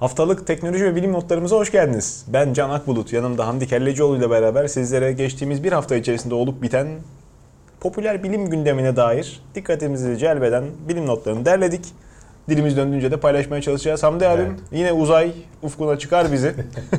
Haftalık teknoloji ve bilim notlarımıza hoş geldiniz. Ben Can Akbulut, yanımda Hamdi Kellecioğlu ile beraber sizlere geçtiğimiz bir hafta içerisinde olup biten popüler bilim gündemine dair dikkatimizi celbeden bilim notlarını derledik. Dilimiz döndüğünce de paylaşmaya çalışacağız. Hamdi abim yine uzay ufkuna çıkar bizi.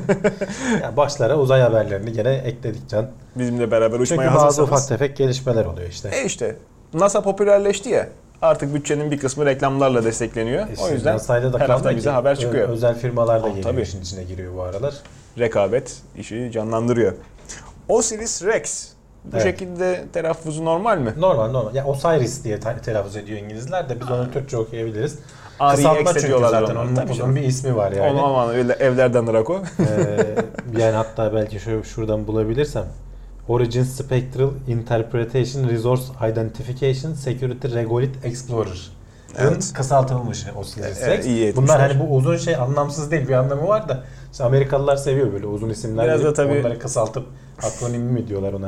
Ya başlara uzay haberlerini gene ekledik Can. Bizimle beraber uçmaya Çünkü hazırsanız. bazı ufak tefek gelişmeler oluyor işte. İşte NASA popülerleşti ya. Artık bütçenin bir kısmı reklamlarla destekleniyor. O yüzden NASA'yla da her hafta bize haber çıkıyor. Özel firmalar da tabii. işin içine giriyor bu aralar. Rekabet işi canlandırıyor. Osiris Rex. Bu şekilde telaffuzu normal mi? Normal. Ya Osiris diye telaffuz ediyor İngilizler de biz onu Türkçe okuyabiliriz. Kısaltma çünkü zaten onun uzun bir ismi var yani. Onu aman öyle evlerden Rako. Yani hatta belki şuradan bulabilirsem. Origin Spectral Interpretation Resource Identification Security Regolith Explorer. Evet. Kısaltılmış Osiris Rex. Bunlar hani bu uzun şey anlamsız değil, bir anlamı var da işte Amerikalılar seviyor böyle uzun isimler. Biraz da tabii onları kısaltıp akronim mi diyorlar ona.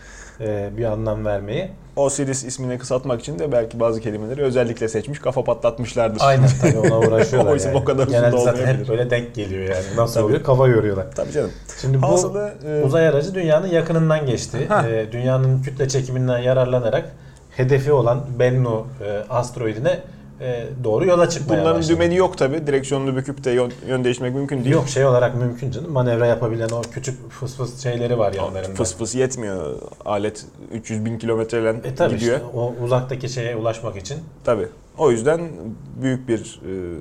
Bir anlam vermeyi. Osiris ismini kısaltmak için de belki bazı kelimeleri özellikle seçmiş, kafa patlatmışlardır. Aynen tabii ona uğraşıyorlar. O isim yani. o kadar uzun genelde da zaten olmayabilir. hep böyle denk geliyor yani. Nasıl oluyor? Kafa yoruyorlar. Tabii canım. Şimdi bu uzay aracı dünyanın yakınından geçti. Dünyanın kütle çekiminden yararlanarak hedefi olan Bennu asteroidine doğru yola çıkmaya Bunların başladı. dümeni yok tabii. Direksiyonunu büküp de yön değiştirmek mümkün değil. Yok şey olarak mümkün canım. Manevra yapabilen o küçük fıs şeyleri var yanlarında. Fıs yetmiyor. Alet 300 bin kilometreyle tabii gidiyor. Işte, o uzaktaki şeye ulaşmak için. Tabii. O yüzden büyük bir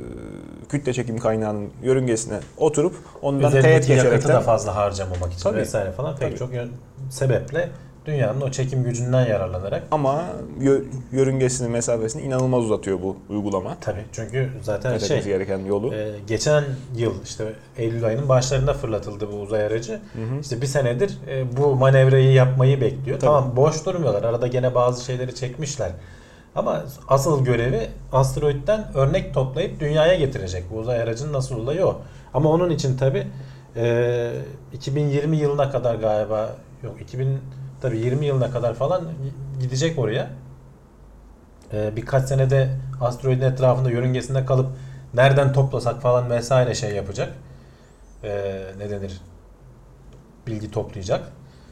kütle çekim kaynağının yörüngesine oturup ondan teğet geçerekten yakıtı da fazla harcamamak için vesaire falan pek çok sebeple dünyanın o çekim gücünden yararlanarak. Ama yörüngesinin mesafesini inanılmaz uzatıyor bu uygulama. Tabii çünkü zaten gereken yolu. Geçen yıl işte Eylül ayının başlarında fırlatıldı bu uzay aracı. İşte bir senedir bu manevrayı yapmayı bekliyor. Tabii. Tamam boş durmuyorlar. Arada gene bazı şeyleri çekmişler. Ama asıl görevi asteroidden örnek toplayıp dünyaya getirecek. Bu uzay aracının nasıl olayı o. Ama onun için tabii 2020 yılına kadar galiba 2020 yılına kadar falan gidecek oraya. Birkaç senede asteroidin etrafında yörüngesinde kalıp nereden toplasak falan vesaire şey yapacak. Ne denir? Bilgi toplayacak.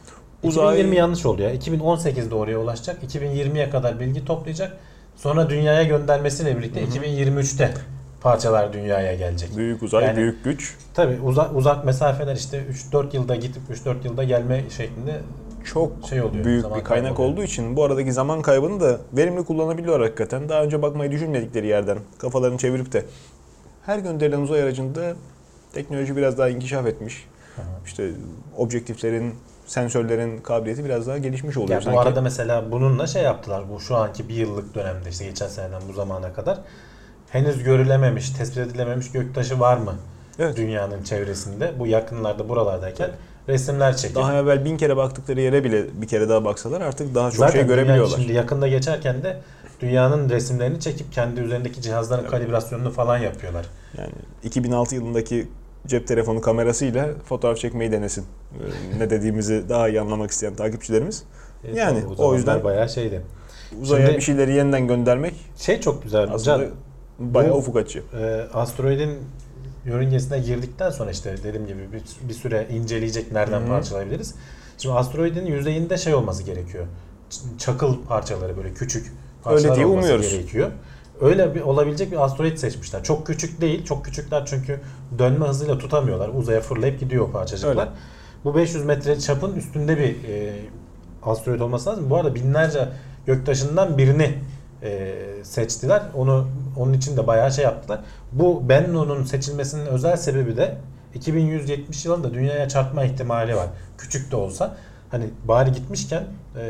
2020 yanlış oldu ya. 2018'de oraya ulaşacak. 2020'ye kadar bilgi toplayacak. Sonra dünyaya göndermesiyle birlikte 2023'te parçalar dünyaya gelecek. Büyük uzay, yani, büyük güç. Tabii uzak mesafeler işte 3-4 yılda gidip 3-4 yılda gelme şeklinde çok oluyor, büyük bir kaynak olduğu için bu aradaki zaman kaybını da verimli kullanabiliyorlar hakikaten. Daha önce bakmayı düşünmedikleri yerden kafalarını çevirip de her gönderilen uzay aracında teknoloji biraz daha inkişaf etmiş. İşte objektiflerin, sensörlerin kabiliyeti biraz daha gelişmiş oluyor. Yani bu arada mesela bununla şey yaptılar. Bu şu anki bir yıllık dönemde işte geçen seneden bu zamana kadar henüz görülememiş, tespit edilememiş göktaşı var mı? Evet. Dünyanın çevresinde bu yakınlarda buralardayken resimler çekip. Daha evvel 1000 kere baktıkları yere bile bir kere daha baksalar artık daha çok şey görebiliyorlar. Şimdi yakında geçerken de dünyanın resimlerini çekip kendi üzerindeki cihazların kalibrasyonunu falan yapıyorlar. Yani 2006 yılındaki cep telefonu kamerasıyla fotoğraf çekmeyi denesin. Ne dediğimizi daha iyi anlamak isteyen takipçilerimiz. Yani o yüzden bayağı şeydi. Uzaya bir şeyleri yeniden göndermek çok güzel. Aslında bayağı ufuk açıyor. Asteroidin yörüngesine girdikten sonra işte dediğim gibi bir süre inceleyecek nereden parçalayabiliriz. Şimdi asteroidin yüzeyinde şey olması gerekiyor. Çakıl parçaları böyle küçük parçalar öyle diye olması umuyoruz. Gerekiyor. Öyle olabilecek bir asteroid seçmişler. Çok küçük değil. Çok küçükler çünkü dönme hızıyla tutamıyorlar. Uzaya fırlayıp gidiyor o parçacıklar. Öyle. Bu 500 metre çapın üstünde bir asteroid olması lazım. Bu arada binlerce göktaşından birini seçtiler. Onun için de bayağı şey yaptılar. Bu Bennu'nun seçilmesinin özel sebebi de 2170 yılında dünyaya çarpma ihtimali var. Küçük de olsa. Hani bari gitmişken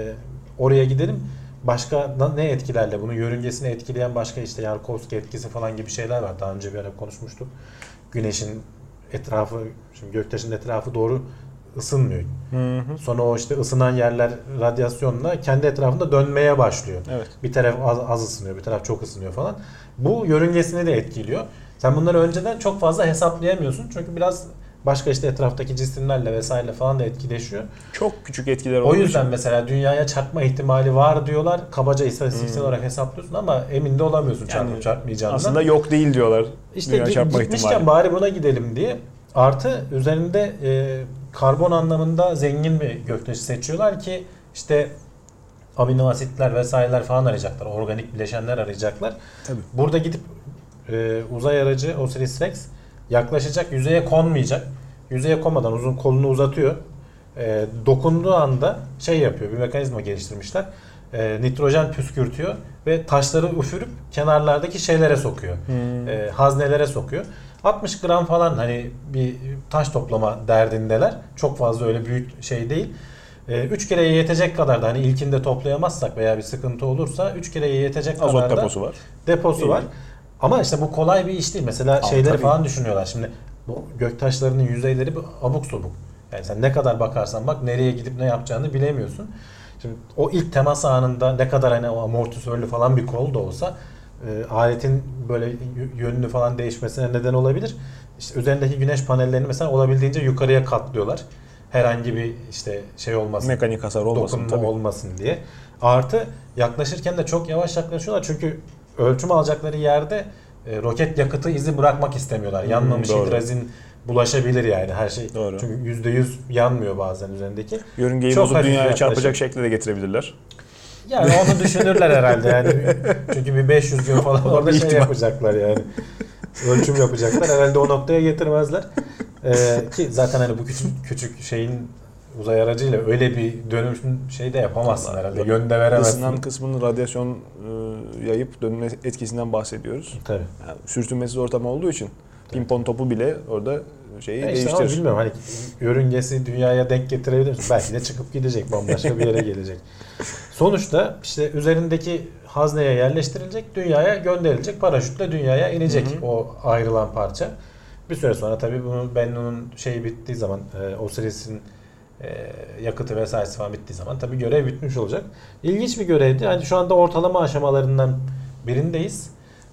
oraya gidelim. Başka ne etkilerle bunu yörüngesini etkileyen başka işte Yarkovski etkisi falan gibi şeyler var. Daha önce bir ara konuşmuştuk. Güneşin etrafı, şimdi göktaşının etrafı doğru ısınmıyor. Sonra o işte ısınan yerler radyasyonla kendi etrafında dönmeye başlıyor. Evet. Bir taraf az ısınıyor, bir taraf çok ısınıyor falan. Bu yörüngesini de etkiliyor. Sen bunları önceden çok fazla hesaplayamıyorsun. Çünkü biraz başka işte etraftaki cisimlerle vesaire falan da etkileşiyor. Çok küçük etkiler O olduğu yüzden için. mesela dünyaya çarpma ihtimali var diyorlar. Kabaca istatistiksel olarak hesaplıyorsun ama emin de olamıyorsun çarpıp çarpmayacağından. Aslında yok değil diyorlar. İşte Dünya çarpma gitmişken ihtimali. bari buna gidelim diye. Artı üzerinde karbon anlamında zengin bir göktaşı seçiyorlar ki işte amino asitler vesaireler falan arayacaklar. Organik bileşenler arayacaklar. Tabii. Burada gidip uzay aracı Osiris-Rex yaklaşacak, yüzeye konmayacak. Yüzeye konmadan uzun kolunu uzatıyor. Dokunduğu anda şey yapıyor, bir mekanizma geliştirmişler. Nitrojen püskürtüyor ve taşları üfürüp kenarlardaki şeylere sokuyor. Haznelere sokuyor. 60 gram falan hani bir taş toplama derdindeler. Çok fazla öyle büyük şey değil. 3 kereye yetecek kadar da hani ilkinde toplayamazsak veya bir sıkıntı olursa 3 kereye yetecek Azot kadar da deposu var. deposu İyi. var. Ama işte bu kolay bir iş değil. Mesela şeyleri tabii. falan düşünüyorlar. Şimdi bu göktaşlarının yüzeyleri abuk subuk. Yani sen ne kadar bakarsan bak nereye gidip ne yapacağını bilemiyorsun. Şimdi o ilk temas anında ne kadar hani o amortisörlü falan bir kol da olsa aletin böyle yönünü falan değişmesine neden olabilir. İşte üzerindeki güneş panellerini mesela olabildiğince yukarıya katlıyorlar. Herhangi bir işte şey olmasın. Mekanik hasar olmasın dokunma tabii. olmasın diye. Artı yaklaşırken de çok yavaş yaklaşıyorlar çünkü ölçüm alacakları yerde roket yakıtı izi bırakmak istemiyorlar. Yanmamış doğru. hidrazin bulaşabilir yani her şey. Doğru. Çünkü %100 yanmıyor bazen üzerindeki. Yörüngeyi Çok bozup hafif dünyaya yaklaşım. çarpacak şekilde de getirebilirler. Yani onu düşünürler herhalde yani. Çünkü bir 500 gün falan O orada bir şey ihtimal. yapacaklar yani. Ölçüm yapacaklar. Herhalde o noktaya getirmezler. Ki zaten hani bu küçük şeyin uzay aracıyla öyle bir dönüşüm şey de yapamazsın herhalde. Yön de veremezsin. Isınan kısmının radyasyon yayıp dönme etkisinden bahsediyoruz. Tabii. Yani sürtünmesiz ortam olduğu için pimpon topu bile orada şeyi İşte ama değiştirir. bilmiyorum hani yörüngesi dünyaya denk getirebilir misin? Belki de çıkıp gidecek, bambaşka bir yere gelecek. Sonuçta işte üzerindeki hazneye yerleştirilecek, dünyaya gönderilecek, paraşütle dünyaya inecek o ayrılan parça. Bir süre sonra tabii bunu Bennu'nun şeyi bittiği zaman, Osiris'in yakıtı vesairesi falan bittiği zaman tabii görev bitmiş olacak. İlginç bir görevdi. Yani şu anda ortalama aşamalarından birindeyiz.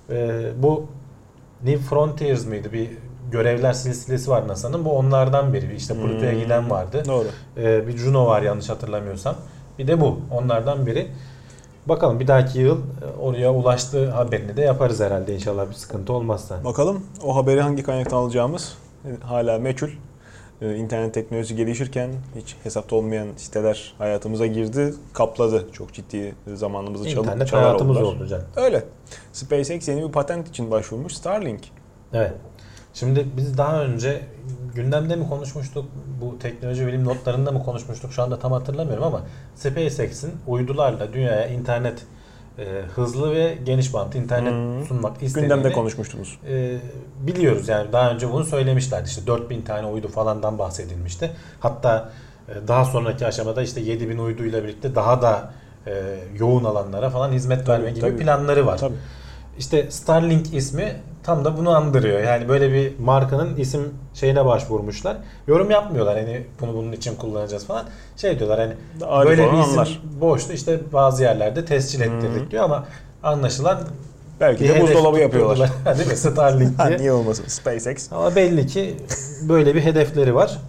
Bu New Frontiers mıydı? Bir görevler silsilesi var NASA'nın. Bu onlardan biri. İşte Plüto'ya giden vardı. Doğru. Bir Juno var yanlış hatırlamıyorsam. Bir de bu. Onlardan biri. Bakalım bir dahaki yıl oraya ulaştığı haberini de yaparız herhalde inşallah bir sıkıntı olmazsa. Bakalım o haberi hangi kaynaktan alacağımız hala meçhul. İnternet teknolojisi gelişirken hiç hesapta olmayan siteler hayatımıza girdi, kapladı. Çok ciddi zamanımızı İnternet çalar hayatımız oldular. oldu canım. Öyle. SpaceX yeni bir patent için başvurmuş. Starlink. Evet. Şimdi biz daha önce gündemde mi konuşmuştuk, bu teknoloji bilim notlarında mı konuşmuştuk şu anda tam hatırlamıyorum ama SpaceX'in uydularla dünyaya internet hızlı ve geniş bantlı internet sunmak istediğini Gündemde konuşmuştunuz. biliyoruz yani daha önce bunu söylemişlerdi işte 4000 tane uydu falandan bahsedilmişti. Hatta daha sonraki aşamada işte 7000 uyduyla birlikte daha da yoğun alanlara falan hizmet verme gibi planları var. Tabii. İşte Starlink ismi tam da bunu andırıyor. Yani böyle bir markanın isim şeyine başvurmuşlar. Yorum yapmıyorlar hani bunu bunun için kullanacağız falan. Şey diyorlar hani Arif böyle olan bir isim anlar. boştu işte bazı yerlerde tescil ettirdik diyor ama anlaşılan Belki bir de hedef buzdolabı yapıyorlar. tutturdular. Değil mi? Starlink diye. Niye olmasın? SpaceX. Ama belli ki böyle bir hedefleri var.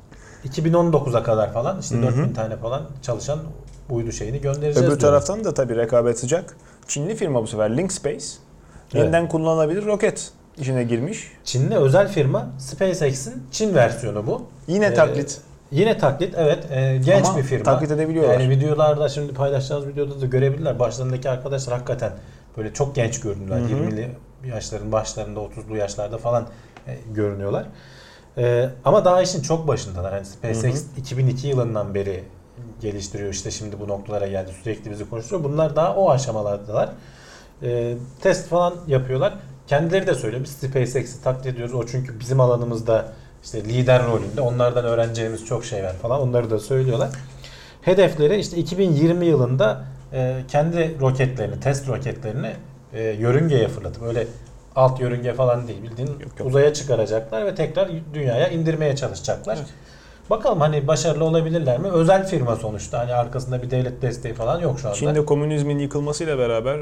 2019'a kadar falan işte 4000 tane falan çalışan uydu şeyini göndereceğiz Öbür diyorlar. taraftan da tabii rekabet sıcak. Çinli firma bu sefer Link Space. Yeniden kullanılabilir roket işine girmiş. Çinli özel firma SpaceX'in Çin versiyonu bu. Yine taklit. Yine taklit evet. Genç Ama bir firma. taklit edebiliyorlar. Yani videolarda şimdi paylaşacağınız videoda da görebilirler. Başlarındaki arkadaşlar hakikaten böyle çok genç görünüyorlar. 20'li yaşların başlarında 30'lu yaşlarda falan görünüyorlar. Ama daha işin çok başındalar. Yani SpaceX 2002 yılından beri geliştiriyor işte şimdi bu noktalara geldi. Sürekli bizi konuşuyor. Bunlar daha o aşamalardalar. Test falan yapıyorlar. Kendileri de söylüyor. Biz SpaceX'i taklit ediyoruz. O çünkü bizim alanımızda işte lider rolünde. Onlardan öğreneceğimiz çok şey var falan. Onları da söylüyorlar. Hedefleri işte 2020 yılında kendi roketlerini, test roketlerini yörüngeye fırlatıp öyle alt yörünge falan değil bildiğin uzaya çıkaracaklar ve tekrar dünyaya indirmeye çalışacaklar. Evet. Bakalım hani başarılı olabilirler mi? Özel firma sonuçta. Hani arkasında bir devlet desteği falan yok şu anda. Çin'de komünizmin yıkılmasıyla beraber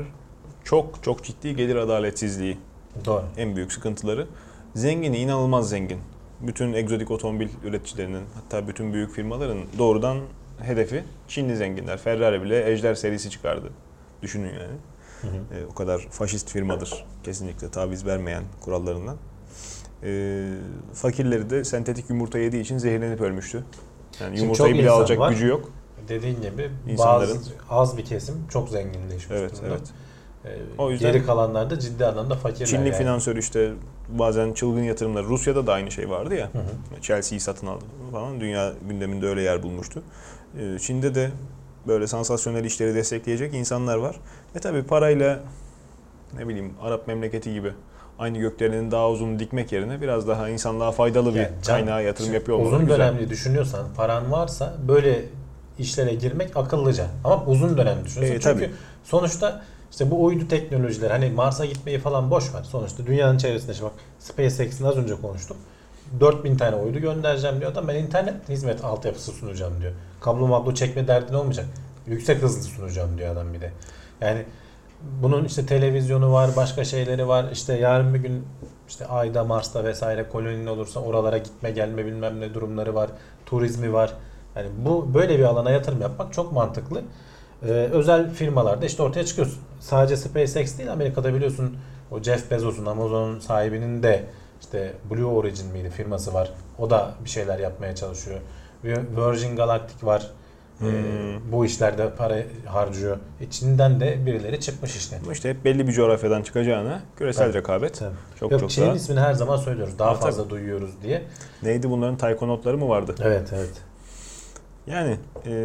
çok ciddi gelir adaletsizliği. Doğru. En büyük sıkıntıları. Zengini inanılmaz zengin. bütün egzotik otomobil üreticilerinin, hatta bütün büyük firmaların doğrudan hedefi Çinli zenginler. Ferrari bile Ejder serisi çıkardı. Düşünün yani. O kadar faşist firmadır. Kesinlikle taviz vermeyen kurallarından. Fakirleri de sentetik yumurta yediği için zehirlenip ölmüştü. Yani yumurtayı bile alacak var. Gücü yok. Dediğin gibi İnsanların, az bir kesim çok zenginleşmiş evet, durumda. evet. O yüzden geri kalanlar da ciddi anlamda fakirler. Çinli yani. finansör işte bazen çılgın yatırımlar. Rusya'da da aynı şey vardı ya. Chelsea'yi satın aldı falan. Dünya gündeminde öyle yer bulmuştu. Çin'de de böyle sansasyonel işleri destekleyecek insanlar var. Ve tabii parayla ne bileyim Arap memleketi gibi aynı gökdelenin daha uzun dikmek yerine biraz daha insanlığa faydalı bir kaynağa yatırım yapıyor olmalı. Uzun dönemli düşünüyorsan, paran varsa böyle işlere girmek akıllıca. Ama uzun dönemli düşünüyorsun. Çünkü sonuçta işte bu uydu teknolojileri, hani Mars'a gitmeyi falan boş ver. Sonuçta dünyanın çevresinde, işte bak SpaceX'in az önce konuştuk. 4000 tane uydu göndereceğim diyor adam. Ben internet hizmet altyapısı sunacağım diyor. Kablo mablo çekme derdin olmayacak. Yüksek hızlı sunacağım diyor adam bir de. Yani bunun işte televizyonu var, başka şeyleri var. İşte yarın bir gün işte Ay'da, Mars'ta vesaire koloninin olursa oralara gitme gelme bilmem ne durumları var. Turizmi var. Yani bu böyle bir alana yatırım yapmak çok mantıklı. Özel firmalarda işte ortaya çıkıyorsun. Sadece SpaceX değil, Amerika'da biliyorsun o Jeff Bezos'un, Amazon'un sahibinin de işte Blue Origin miydi firması var. O da bir şeyler yapmaya çalışıyor. Virgin Galactic var. Bu işlerde para harcıyor. İçinden de birileri çıkmış işte. Ama işte hep belli bir coğrafyadan çıkacağına küresel rekabet. Tabii. Çok Yok, çok Çin'in daha. ismini her zaman söylüyoruz. Daha fazla tabii duyuyoruz diye. Neydi bunların taykonotları mı vardı? Evet, evet. Yani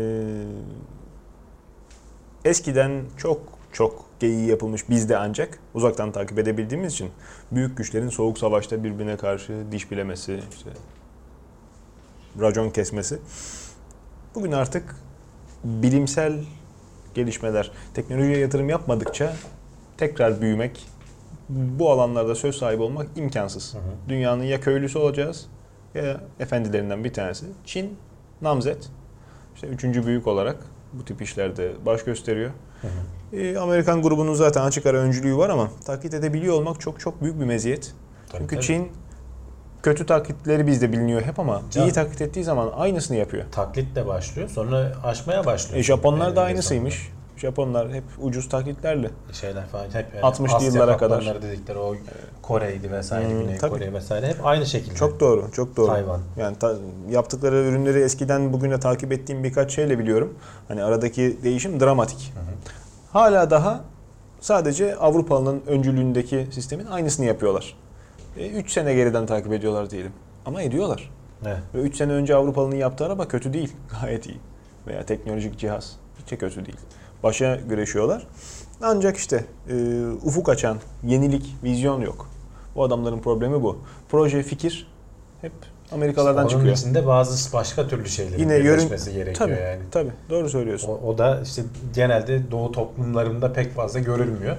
eskiden çok çok geyiği yapılmış bizde ancak uzaktan takip edebildiğimiz için büyük güçlerin soğuk savaşta birbirine karşı diş bilemesi, işte racon kesmesi. Bugün artık bilimsel gelişmeler, teknolojiye yatırım yapmadıkça tekrar büyümek, bu alanlarda söz sahibi olmak imkansız. Dünyanın ya köylüsü olacağız ya efendilerinden bir tanesi. Çin namzet. İşte üçüncü büyük olarak bu tip işlerde baş gösteriyor. Amerikan grubunun zaten açık ara öncülüğü var ama taklit edebiliyor olmak çok çok büyük bir meziyet. Çünkü Çin kötü taklitleri bizde biliniyor hep ama iyi taklit ettiği zaman aynısını yapıyor. Taklitle başlıyor, sonra aşmaya başlıyor. Japonlar da aynısıymış. Sonunda. Japonlar hep ucuz taklitlerle. Şeyler falan hep 60'lı yıllara kadar dedikleri o Kore'ydi vesaire, Güney Kore vesaire hep aynı şekilde. Çok doğru, çok doğru. Tayvan. Yani yaptıkları ürünleri eskiden bugüne takip ettiğim birkaç şeyle biliyorum. Hani aradaki değişim dramatik. Hala daha sadece Avrupalı'nın öncülüğündeki sistemin aynısını yapıyorlar. 3 sene geriden takip ediyorlar diyelim. Ama ediyorlar. Evet. Ve 3 sene önce Avrupalı'nın yaptığı araba kötü değil. Gayet iyi. Veya teknolojik cihaz hiç kötü değil. Başa güreşiyorlar. Ancak işte ufuk açan, yenilik, vizyon yok. Bu adamların problemi bu. Proje, fikir hep Amerikalardan çıkıyor. Onun içinde bazı başka türlü şeylerin birleşmesi gerekiyor yani. Tabii, doğru söylüyorsun. O da işte genelde Doğu toplumlarında pek fazla görülmüyor.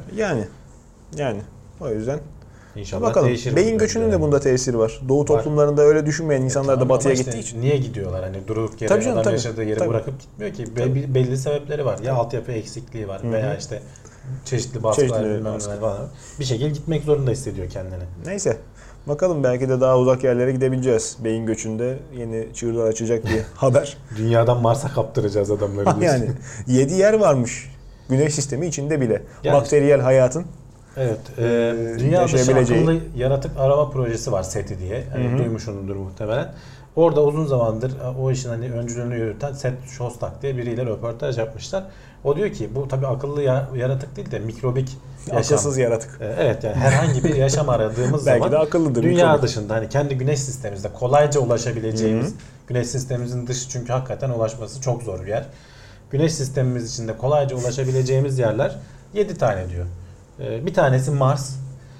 Yani o yüzden İnşallah bakalım. değişir. Beyin göçünün de bunda tesiri var. Doğu toplumlarında öyle düşünmeyen insanlar da batıya işte gittiği için. Niye gidiyorlar? Hani durduk yere adam yaşadığı yeri bırakıp gitmiyor ki. Belli sebepleri var. Ya altyapı eksikliği var veya işte çeşitli baskılar bilmem neler falan. Bir şekilde gitmek zorunda hissediyor kendini. Neyse. Bakalım belki de daha uzak yerlere gidebileceğiz. Beyin göçünde yeni çığırlar açacak bir haber. Dünyadan Mars'a kaptıracağız adamları diyorsun. Yani 7 yer varmış. Güneş sistemi içinde bile. Yani bakteriyel hayatın. Evet. Dünya dışı akıllı yaratık arama projesi var, SETI diye. Yani duymuşsunuzdur muhtemelen. Orada uzun zamandır o işin hani öncülüğünü yürüten Seth Shostak diye biriyle röportaj yapmışlar. O diyor ki bu tabii akıllı yaratık değil de mikrobik yaşam. Akılsız yaratık. Evet, yani herhangi bir yaşam aradığımız belki zaman de akıllıdır, dünya mikrobik dışında hani kendi güneş sistemimizde kolayca ulaşabileceğimiz, güneş sistemimizin dışı çünkü hakikaten ulaşması çok zor bir yer. Güneş sistemimiz içinde kolayca ulaşabileceğimiz yerler 7 tane diyor. Bir tanesi Mars.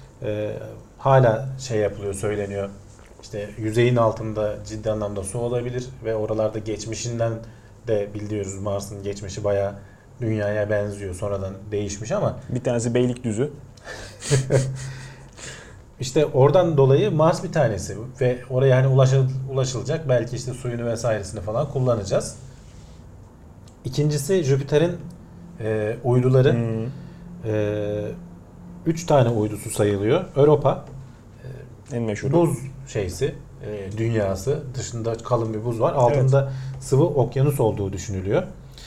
Hala yapılıyor, söyleniyor. İşte yüzeyin altında ciddi anlamda su olabilir ve oralarda geçmişinden de biliyoruz, Mars'ın geçmişi bayağı Dünya'ya benziyor. Sonradan değişmiş ama. Bir tanesi Beylikdüzü. İşte oradan dolayı Mars bir tanesi ve oraya hani ulaşılacak. Belki işte suyunu vesairesini falan kullanacağız. İkincisi Jüpiter'in uyduları. 3 tane uydusu sayılıyor. Europa en meşhur. buz şeysi. dünyası. Dışında kalın bir buz var. Altında sıvı okyanus olduğu düşünülüyor.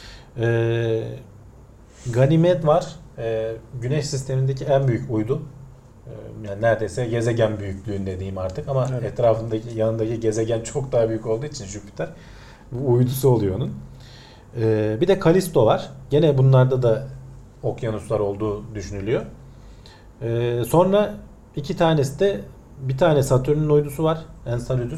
Ganymed var. Güneş sistemindeki en büyük uydu. Yani neredeyse gezegen büyüklüğünde diyeyim artık ama etrafındaki yanındaki gezegen çok daha büyük olduğu için Jüpiter bu uydusu oluyor onun. Bir de Kalisto var. Gene bunlarda da okyanuslar olduğu düşünülüyor. Sonra iki tanesi de bir tane Satürn'ün uydusu var. Enceladus.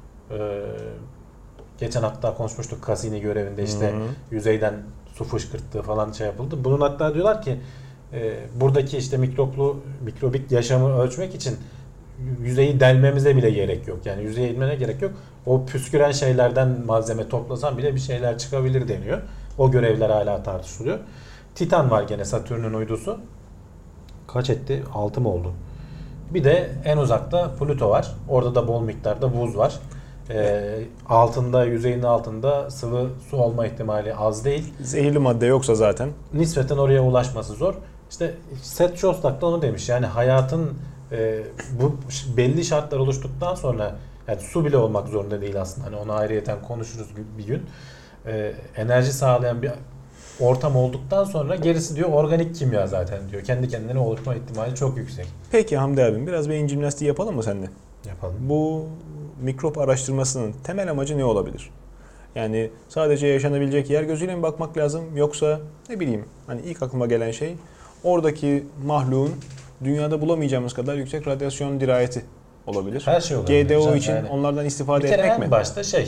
Geçen hatta konuşmuştuk Cassini görevinde işte yüzeyden su fışkırttığı falan şey yapıldı. Bunun hatta diyorlar ki buradaki işte mikrobik yaşamı ölçmek için yüzeyi delmemize bile gerek yok. Yani yüzeye inmene gerek yok. O püsküren şeylerden malzeme toplasan bile bir şeyler çıkabilir deniyor. O görevler hala tartışılıyor. Titan var gene Satürn'ün uydusu. Kaç etti? 6 mı oldu? Bir de en uzakta Plüto var. Orada da bol miktarda buz var. Yüzeyin altında sıvı su olma ihtimali az değil. Zehirli madde yoksa zaten. Nispeten oraya ulaşması zor. İşte Seth Shostak da onu demiş. Yani hayatın bu belli şartlar oluştuktan sonra yani su bile olmak zorunda değil aslında. Hani onu ayrıyeten konuşuruz bir gün. Enerji sağlayan bir ortam olduktan sonra gerisi diyor organik kimya zaten diyor. Kendi kendine oluşma ihtimali çok yüksek. Peki Hamdi abim biraz beyin jimnastiği yapalım mı seninle? Yapalım. Bu mikrop araştırmasının temel amacı ne olabilir? Yani sadece yaşanabilecek yer gözüyle mi bakmak lazım yoksa ne bileyim hani ilk aklıma gelen şey oradaki mahluğun dünyada bulamayacağımız kadar yüksek radyasyon dirayeti olabilir. Her şey olabilir. GDO için yani onlardan istifade etmek mi?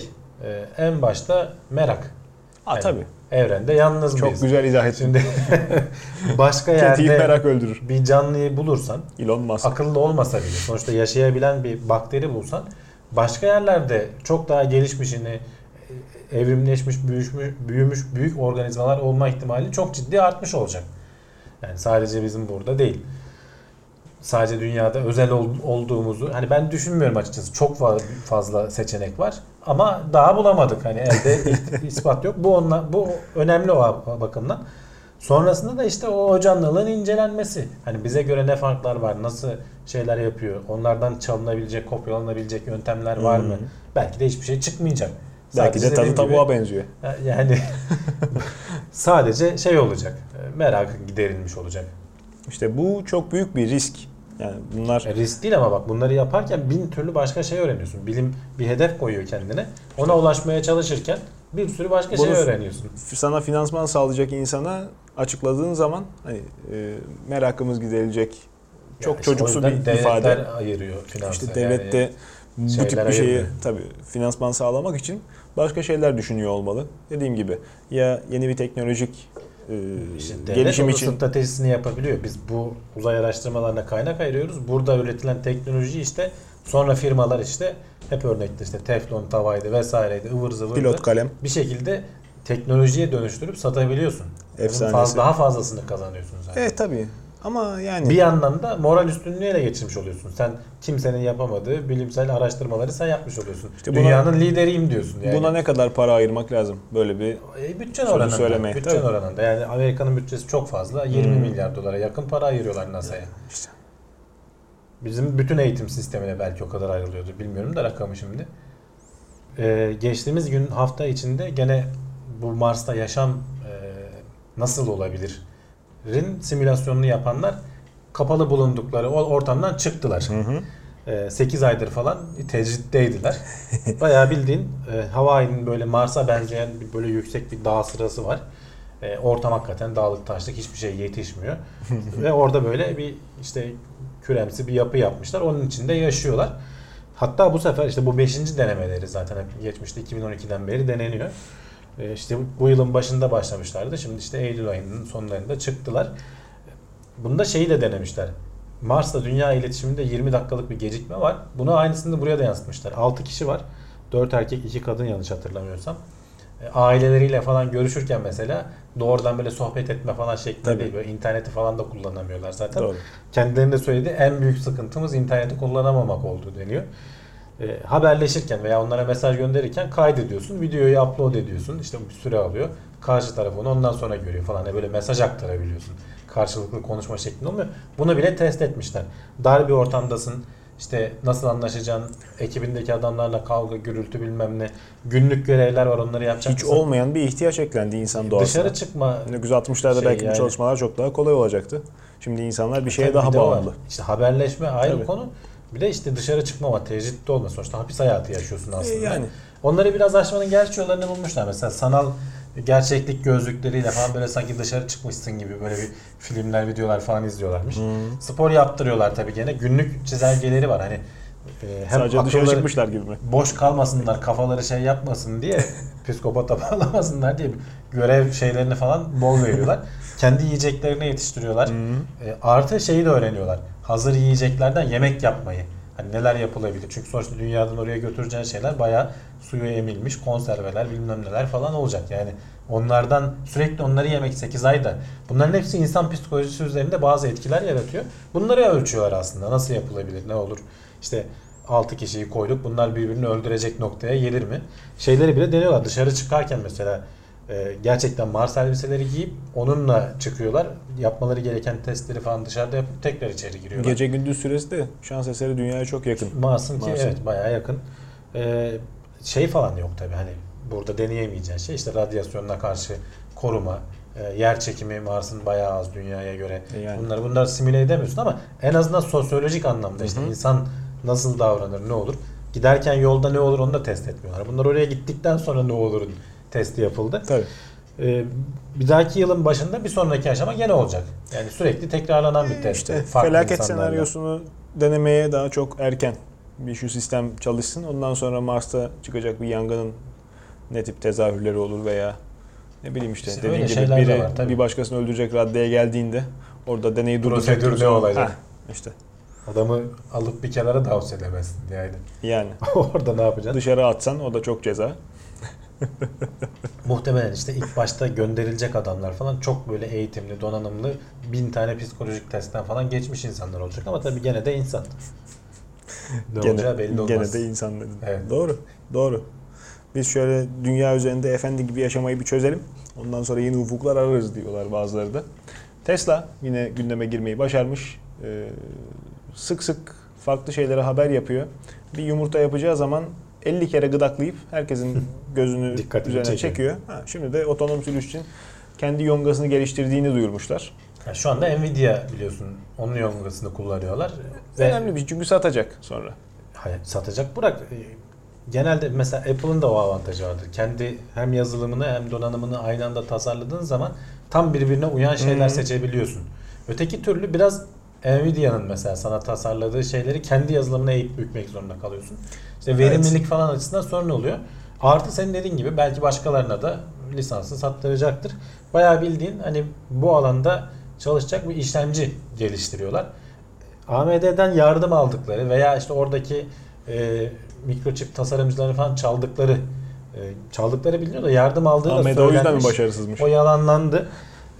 En başta merak. Yani tabii. Evrende yalnız mıyız? Çok güzel izah ettin. Şimdi başka yerde merak öldürür. Bir canlıyı bulursan, Elon Musk. akıllı olmasa bile sonuçta yaşayabilen bir bakteri bulsan başka yerlerde çok daha gelişmişini evrimleşmiş, büyümüş büyük organizmalar olma ihtimali çok ciddi artmış olacak. Yani sadece bizim burada değil. Sadece dünyada özel olduğumuzu hani ben düşünmüyorum açıkçası. Çok fazla seçenek var ama daha bulamadık. Hani elde ispat yok. Bu önemli o bakımdan. Sonrasında da işte o canlılığın incelenmesi. Hani bize göre ne farklar var, nasıl şeyler yapıyor, onlardan çalınabilecek, kopyalanabilecek yöntemler var mı? Belki de hiçbir şey çıkmayacak. Belki de tadı tavuğa benziyor. Yani sadece şey olacak, merakın giderilmiş olacak. İşte bu çok büyük bir risk. Yani bunlar risk değil ama bak bunları yaparken bin türlü başka şey öğreniyorsun. Bilim bir hedef koyuyor kendine. Ona ulaşmaya çalışırken bir sürü başka şey öğreniyorsun. Sana finansman sağlayacak insana açıkladığın zaman hani merakımız giderilecek çok yani çocuksu bir ifade. Devletler ayırıyor finansı. İşte devlet de bu tip bir şeyi tabii finansman sağlamak için başka şeyler düşünüyor olmalı. Dediğim gibi ya yeni bir teknolojik gelişim için stratejisini yapabiliyor. Biz bu uzay araştırmalarına kaynak ayırıyoruz. Burada üretilen teknoloji işte sonra firmalar işte hep örnekte işte teflon tavaydı vesaireydi ıvır zıvırdı. Pilot kalem. Bir şekilde teknolojiye dönüştürüp satabiliyorsun. Efsanesi. Daha fazlasını kazanıyorsun zaten. Evet tabii. Ama yani bir yandan da moral üstünlüğü ele geçirmiş oluyorsun. Sen kimsenin yapamadığı bilimsel araştırmaları sen yapmış oluyorsun. İşte dünyanın lideriyim diyorsun yani. Buna ne kadar para ayırmak lazım böyle bir bütçen oranında. Bütçen oranında. Yani Amerika'nın bütçesi çok fazla. 20 milyar dolara yakın para ayırıyorlar NASA'ya. İşte. Bizim bütün eğitim sistemine belki o kadar ayrılıyordu. Bilmiyorum da rakamı şimdi. Geçtiğimiz gün hafta içinde gene bu Mars'ta yaşam nasıl olabilir? Simülasyonunu yapanlar kapalı bulundukları ortamdan çıktılar. 8 aydır falan tecritteydiler. Bayağı bildiğin Hawaii'nin böyle Mars'a benzeyen böyle yüksek bir dağ sırası var. Ortam hakikaten dağlık taşlık hiçbir şey yetişmiyor. Ve orada böyle bir işte küremsi bir yapı yapmışlar. Onun içinde yaşıyorlar. Hatta bu sefer işte bu 5. denemeleri zaten hep geçmişte 2012'den beri deneniyor. İşte bu yılın başında başlamışlardı. Şimdi işte Eylül ayının sonlarında çıktılar. Bunda şeyi de denemişler. Mars'ta dünya iletişiminde 20 dakikalık bir gecikme var. Bunu aynısını buraya da yansıtmışlar. 6 kişi var. 4 erkek 2 kadın yanlış hatırlamıyorsam. Aileleriyle falan görüşürken mesela doğrudan böyle sohbet etme falan şeklinde değil. Böyle interneti falan da kullanamıyorlar zaten. Doğru. Kendilerinde söylediği en büyük sıkıntımız interneti kullanamamak oldu deniyor. Haberleşirken veya onlara mesaj gönderirken kaydediyorsun. Videoyu upload ediyorsun. İşte bir süre alıyor. Karşı taraf onu ondan sonra görüyor falan. Böyle mesaj aktarabiliyorsun. Karşılıklı konuşma şeklinde olmuyor. Bunu bile test etmişler. Dar bir ortamdasın. İşte nasıl anlaşacaksın, ekibindeki adamlarla kavga, gürültü bilmem ne. Günlük görevler var, onları yapacaksın. Hiç olmayan bir ihtiyaç eklendi insan doğasına. Dışarı çıkma. 1960'larda belki bu çalışmalar çok daha kolay olacaktı. Şimdi insanlar bir şeye daha bağımlı. İşte haberleşme ayrı konu. Bir de işte dışarı çıkmama, tecritte olma. Sonuçta hapis hayatı yaşıyorsun aslında. Yani. Onları biraz aşmanın gerçek yollarını bulmuşlar. Mesela sanal gerçeklik gözlükleriyle falan böyle sanki dışarı çıkmışsın gibi böyle bir filmler, videolar falan izliyorlarmış. Spor yaptırıyorlar tabii gene. Günlük çizelgeleri var. Hani hem sadece dışarı çıkmışlar gibi mi? Boş kalmasınlar, kafaları şey yapmasın diye, psikopata bağlamasınlar diye görev şeylerini falan bol veriyorlar. Kendi yiyeceklerini yetiştiriyorlar. Artı şeyi de öğreniyorlar. Hazır yiyeceklerden yemek yapmayı. Hani neler yapılabilir? Çünkü sonuçta dünyadan oraya götüreceğin şeyler bayağı suya emilmiş konserveler bilmem neler falan olacak. Yani onlardan sürekli onları yemek 8 ayda. Bunların hepsi insan psikolojisi üzerinde bazı etkiler yaratıyor. Bunları ölçüyorlar aslında. Nasıl yapılabilir? Ne olur? İşte 6 kişiyi koyduk. Bunlar birbirini öldürecek noktaya gelir mi? Şeyleri bile deniyorlar. Dışarı çıkarken mesela gerçekten Mars elbiseleri giyip onunla çıkıyorlar. Yapmaları gereken testleri falan dışarıda yapıp tekrar içeri giriyorlar. Gece gündüz süresi de şans eseri dünyaya çok yakın. Mars'ın ki evet bayağı yakın. Şey falan yok tabii, hani burada deneyemeyeceğin şey işte radyasyonuna karşı koruma, yer çekimi Mars'ın bayağı az dünyaya göre. Yani. Bunları simüle edemiyorsun ama en azından sosyolojik anlamda işte insan nasıl davranır, ne olur? Giderken yolda ne olur onu da test etmiyorlar. Bunlar oraya gittikten sonra ne olurun testi yapıldı. Tabii. Bir dahaki yılın başında bir sonraki aşama gene olacak. Yani sürekli tekrarlanan bir test. İşte felaket senaryosunu denemeye daha çok erken. Bir şu sistem çalışsın. Ondan sonra Mars'ta çıkacak bir yangının ne tip tezahürleri olur veya ne bileyim işte dediğim gibi biri var, bir başkasını öldürecek raddeye geldiğinde orada deneyi durduracak. Prosedür ne olacak? İşte. Adamı alıp bir kenara davs edemezsin yani. Yani. Orada ne yapacaksın? Dışarı atsan o da çok ceza. Muhtemelen işte ilk başta gönderilecek adamlar falan çok böyle eğitimli, donanımlı 1000 tane psikolojik testten falan geçmiş insanlar olacak ama tabii gene de insan. Ne olacağı belli olmaz. Gene de insan dedin. Evet. Doğru. Biz şöyle dünya üzerinde efendi gibi yaşamayı bir çözelim. Ondan sonra yeni ufuklar ararız diyorlar bazıları da. Tesla yine gündeme girmeyi başarmış. Sık sık farklı şeylere haber yapıyor. Bir yumurta yapacağı zaman 50 kere gıdaklayıp herkesin gözünü üzerine çekiyor. Şimdi de otonom sürüş için kendi yongasını geliştirdiğini duyurmuşlar. Yani şu anda Nvidia biliyorsun onun yongasını kullanıyorlar. Önemli bir şey çünkü satacak sonra. Hayır, satacak bırak. Genelde mesela Apple'ın da o avantajı vardır. Kendi hem yazılımını hem donanımını aynı anda tasarladığın zaman tam birbirine uyan şeyler seçebiliyorsun. Öteki türlü biraz Nvidia'nın mesela sana tasarladığı şeyleri kendi yazılımına eğip bükmek zorunda kalıyorsun. İşte verimlilik falan açısından sorun oluyor. Artı senin dediğin gibi belki başkalarına da lisansı sattıracaktır. Bayağı bildiğin hani bu alanda çalışacak bir işlemci geliştiriyorlar. AMD'den yardım aldıkları veya işte oradaki mikroçip tasarımcıları falan çaldıkları biliniyor da yardım aldığı da söylenmiş. AMD o yüzden mi başarısızmış? O yalanlandı.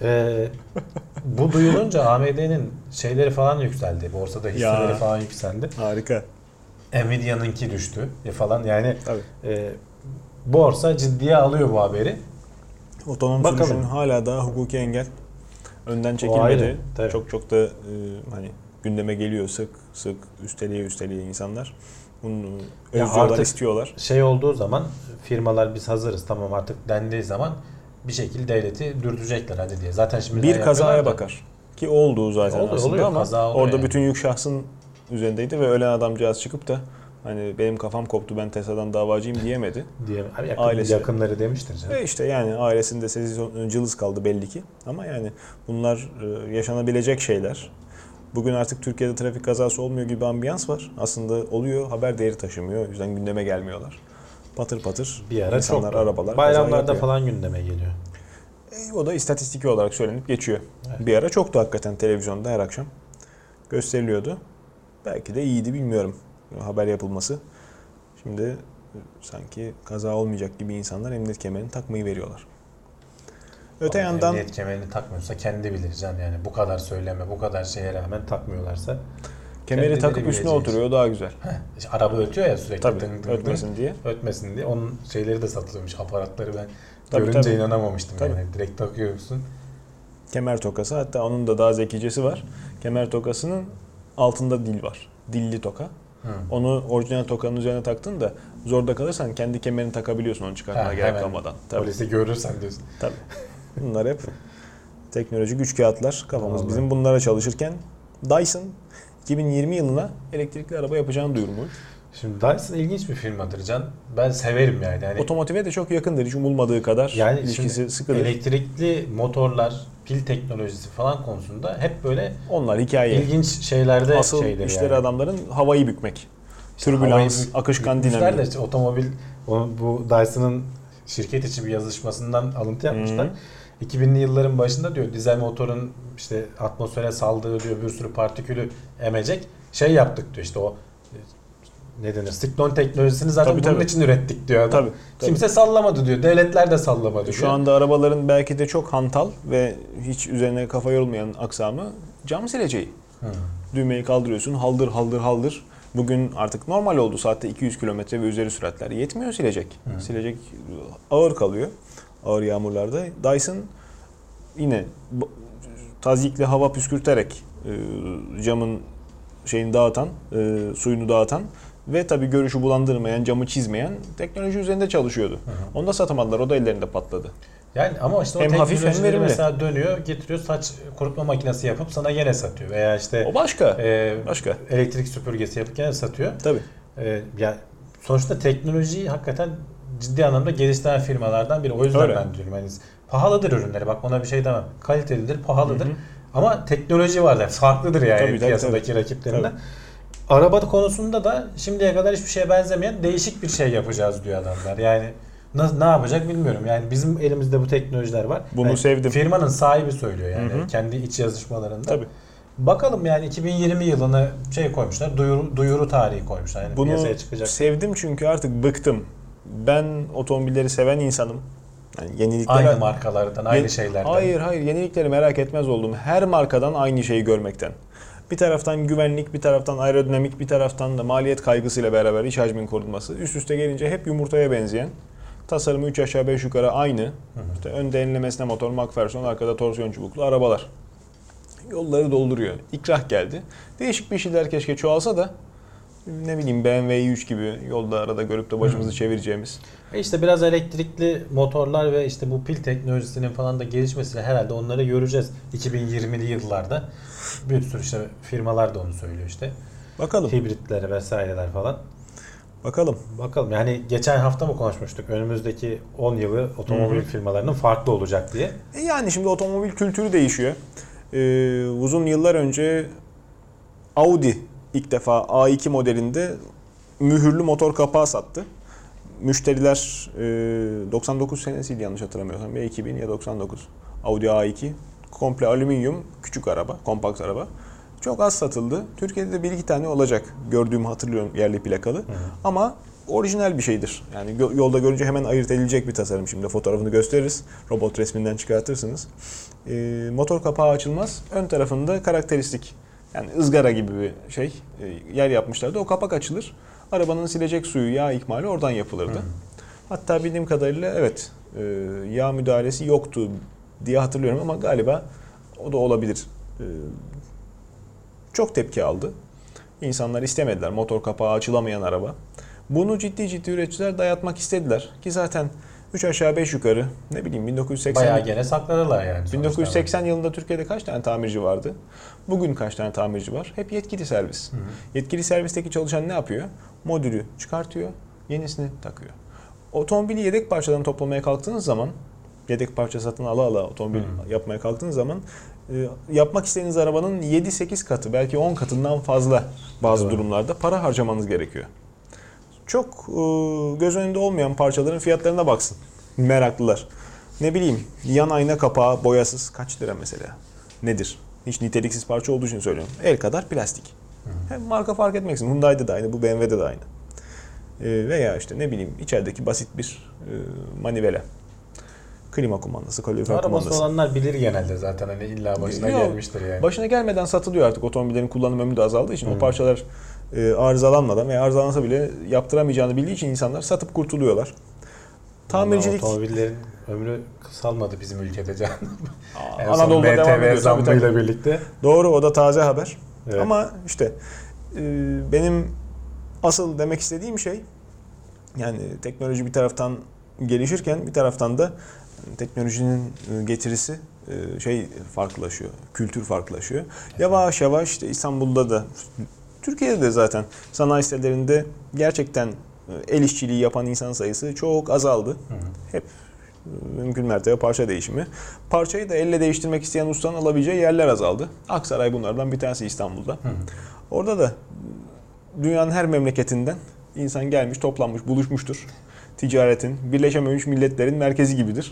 Bu duyulunca AMD'nin şeyleri falan yükseldi. Borsada hisseleri falan yükseldi. Harika. Nvidia'nınki düştü falan yani borsa ciddiye alıyor bu haberi. Otonom sürüşün hala daha hukuki engel önden çekilmedi. Çok da hani gündeme geliyor sık üsteliye insanlar. Bunu özlüyorlar, istiyorlar. Şey olduğu zaman firmalar biz hazırız tamam artık dendiği zaman bir şekilde devleti dürtecekler hadi diye. Zaten şimdi bir kazaya bakar. Ki olduğu zaten aslında ama orada yani. Bütün yük şahsın üzerindeydi ve ölen adamcağız çıkıp da hani benim kafam koptu ben Tesla'dan davacıyım diyemedi. Ailesi. Yakınları demiştir canım. İşte yani ailesinde sessiz cılız kaldı belli ki. Ama yani bunlar yaşanabilecek şeyler. Bugün artık Türkiye'de trafik kazası olmuyor gibi bir ambiyans var. Aslında oluyor, haber değeri taşımıyor. O yüzden gündeme gelmiyorlar. Patır patır bir ara insanlar, arabalar bayramlarda falan gündeme geliyor. O da istatistiki olarak söylenip geçiyor. Evet. Bir ara çoktu hakikaten televizyonda her akşam gösteriliyordu. Belki de iyiydi bilmiyorum haber yapılması. Şimdi sanki kaza olmayacak gibi insanlar emniyet kemerini takmayı veriyorlar. Öte yandan emniyet kemerini takmıyorsa kendi bilir can yani bu kadar söyleme bu kadar şeye rağmen takmıyorlarsa kemeri takıp üstüne oturuyor daha güzel. İşte araba ötüyor ya sürekli. Tabii, ötmesin diye. Ötmesin diye. Onun şeyleri de satılıyormuş aparatları ben görünce inanamamıştım yani. Direkt takıyorsun. Kemer tokası hatta onun da daha zekicesi var. Kemer tokasının altında dil var. Dilli toka. Onu orijinal tokanın üzerine taktın da zorda kalırsan kendi kemerini takabiliyorsun onu çıkartmana gerek kalmadan. Tabii. Polisi görürsen diyorsun. Tabii. Bunlar hep teknoloji güç kağıtlar. Kafamız Vallahi. bizim bunlara çalışırken Dyson 2020 yılına elektrikli araba yapacağını duyurmuş. Şimdi Dyson ilginç bir firmadır Can. Ben severim yani. Otomotive de çok yakındır. Hiç umulmadığı kadar Yani ilişkisi sıkıdır. Elektrikli motorlar, pil teknolojisi falan konusunda hep böyle Onlar hikaye. ilginç şeylerde Asıl işleri yani. adamların havayı bükmek. İşte Türbülans, havayı akışkan bükmüşler dinamiği. de işte otomobil bu Dyson'ın şirket içi bir yazışmasından alıntı yapmışlar. 2000'li yılların başında diyor dizel motorun işte atmosfere saldığı diyor bir sürü partikülü emecek şey yaptık diyor işte o ne denir siklon teknolojisini zaten bunun için ürettik diyor adam. Tabii. Kimse sallamadı diyor. Devletler de sallamadı diyor. Şu anda arabaların belki de çok hantal ve hiç üzerine kafa yorulmayan aksamı cam sileceği. Düğmeyi kaldırıyorsun haldır haldır haldır. Bugün artık normal oldu saatte 200 km ve üzeri süratler. Yetmiyor silecek. Silecek ağır kalıyor. Ağır yağmurlarda. Dyson yine tazyikli hava püskürterek camın şeyini dağıtan, suyunu dağıtan ve tabii görüşü bulandırmayan, camı çizmeyen teknoloji üzerinde çalışıyordu. Onu da satamadılar. O da ellerinde patladı. Yani ama işte o hem hafif hem verimli. Mesela dönüyor, getiriyor saç kurutma makinesi yapıp sana gene satıyor veya işte o başka. Başka. Elektrik süpürgesi yapıp gene satıyor. Tabii. Ya sonuçta teknolojiyi hakikaten ciddi anlamda geliştiren firmalardan biri. O yüzden öyle. Ben diyorum yani pahalıdır ürünleri. Bak ona bir şey demem. Kalitelidir, pahalıdır. Ama teknoloji var yani farklıdır yani tabii, piyasadaki rakiplerinden. Araba konusunda da şimdiye kadar hiçbir şeye benzemeyen değişik bir şey yapacağız diyor adamlar. Yani ne yapacak bilmiyorum. Yani bizim elimizde bu teknolojiler var. Bunu sevdim. Firmanın sahibi söylüyor yani kendi iç yazışmalarında. Tabii. Bakalım yani 2020 yılını şey koymuşlar. Duyuru tarihi koymuşlar. Yani bunu piyasaya çıkacak. sevdim çünkü artık bıktım. Ben otomobilleri seven insanım. Yani yeniliklere... Aynı markalardan, aynı şeylerden. Hayır. Yenilikleri merak etmez oldum. Her markadan aynı şeyi görmekten. Bir taraftan güvenlik, bir taraftan aerodinamik, bir taraftan da maliyet kaygısıyla beraber iç hacmin korunması. Üst üste gelince hep yumurtaya benzeyen. Tasarımı 3 aşağı 5 yukarı aynı. İşte önde enlemesine motor McPherson, arkada torsiyon çubuklu arabalar. Yolları dolduruyor. İkrah geldi. Değişik bir şeyler keşke çoğalsa da ne bileyim BMW i3 gibi yolda arada görüp de başımızı çevireceğimiz. İşte biraz elektrikli motorlar ve işte bu pil teknolojisinin falan da gelişmesiyle herhalde onları göreceğiz 2020'li yıllarda. Bir sürü işte firmalar da onu söylüyor işte. Bakalım. Hibritler vesaireler falan. Bakalım. Yani geçen hafta mı konuşmuştuk? Önümüzdeki 10 yılı otomobil firmalarının farklı olacak diye. Yani şimdi otomobil kültürü değişiyor. Uzun yıllar önce Audi ilk defa A2 modelinde mühürlü motor kapağı sattı. Müşteriler 99 senesiydi yanlış hatırlamıyorsam. Ya 2000 ya 99. Audi A2 komple alüminyum küçük araba, kompakt araba. Çok az satıldı. Türkiye'de de bir iki tane olacak. Gördüğümü hatırlıyorum yerli plakalı. Ama orijinal bir şeydir. Yani yolda görünce hemen ayırt edilecek bir tasarım. Şimdi fotoğrafını gösteririz. Robot resminden çıkartırsınız. Motor kapağı açılmaz. Ön tarafında karakteristik. Yani ızgara gibi bir şey. Yer yapmışlardı. O kapak açılır. Arabanın silecek suyu, yağ ikmali oradan yapılırdı. Hatta bildiğim kadarıyla evet yağ müdahalesi yoktu diye hatırlıyorum ama galiba o da olabilir. Çok tepki aldı. İnsanlar istemediler motor kapağı açılamayan araba. Bunu ciddi üreticiler dayatmak istediler ki zaten 3 aşağı 5 yukarı ne bileyim 1980 bayağı gene sakladılar yani. 1980 yılında Türkiye'de kaç tane tamirci vardı? Bugün kaç tane tamirci var? Hep yetkili servis. Yetkili servisteki çalışan ne yapıyor? Modülü çıkartıyor, yenisini takıyor. Otomobili yedek parçadan toplamaya kalktığınız zaman, yedek parça satın ala otomobil yapmaya kalktığınız zaman yapmak istediğiniz arabanın 7-8 katı belki 10 katından fazla bazı durumlarda para harcamanız gerekiyor. Çok göz önünde olmayan parçaların fiyatlarına baksın meraklılar. Ne bileyim yan ayna kapağı boyasız kaç lira mesela? Nedir? Hiç niteliksiz parça olduğu için söylüyorum. El kadar plastik. Hem marka fark etmeksizin. Hyundai'de de aynı, bu BMW'de de aynı. Veya işte ne bileyim içerideki basit bir manivela. Klima kumandası, kalorifer kumandası. Arabası olanlar bilir genelde zaten hani illa başına gelmiştir yani. Başına gelmeden satılıyor artık otomobillerin kullanım ömrü de azaldığı için o parçalar arızalanmadan veya arızalansa bile yaptıramayacağını bildiği için insanlar satıp kurtuluyorlar. Tamircilik... Otomobillerin ömrü kısalmadı bizim ülkede canım. Anadolu'da devam ediyor. Zammıyla birlikte. Doğru, o da taze haber. Evet. Ama işte benim asıl demek istediğim şey, yani teknoloji bir taraftan gelişirken bir taraftan da teknolojinin getirisi farklılaşıyor. Kültür farklılaşıyor. Yavaş yavaş işte İstanbul'da da, Türkiye'de de zaten sanayi sitelerinde gerçekten el işçiliği yapan insan sayısı çok azaldı. Hep mümkün mertebe parça değişimi. Parçayı da elle değiştirmek isteyen ustanın alabileceği yerler azaldı. Aksaray bunlardan bir tanesi İstanbul'da. Orada da dünyanın her memleketinden insan gelmiş, toplanmış, buluşmuştur. Ticaretin, Birleşememiş Milletler'in merkezi gibidir.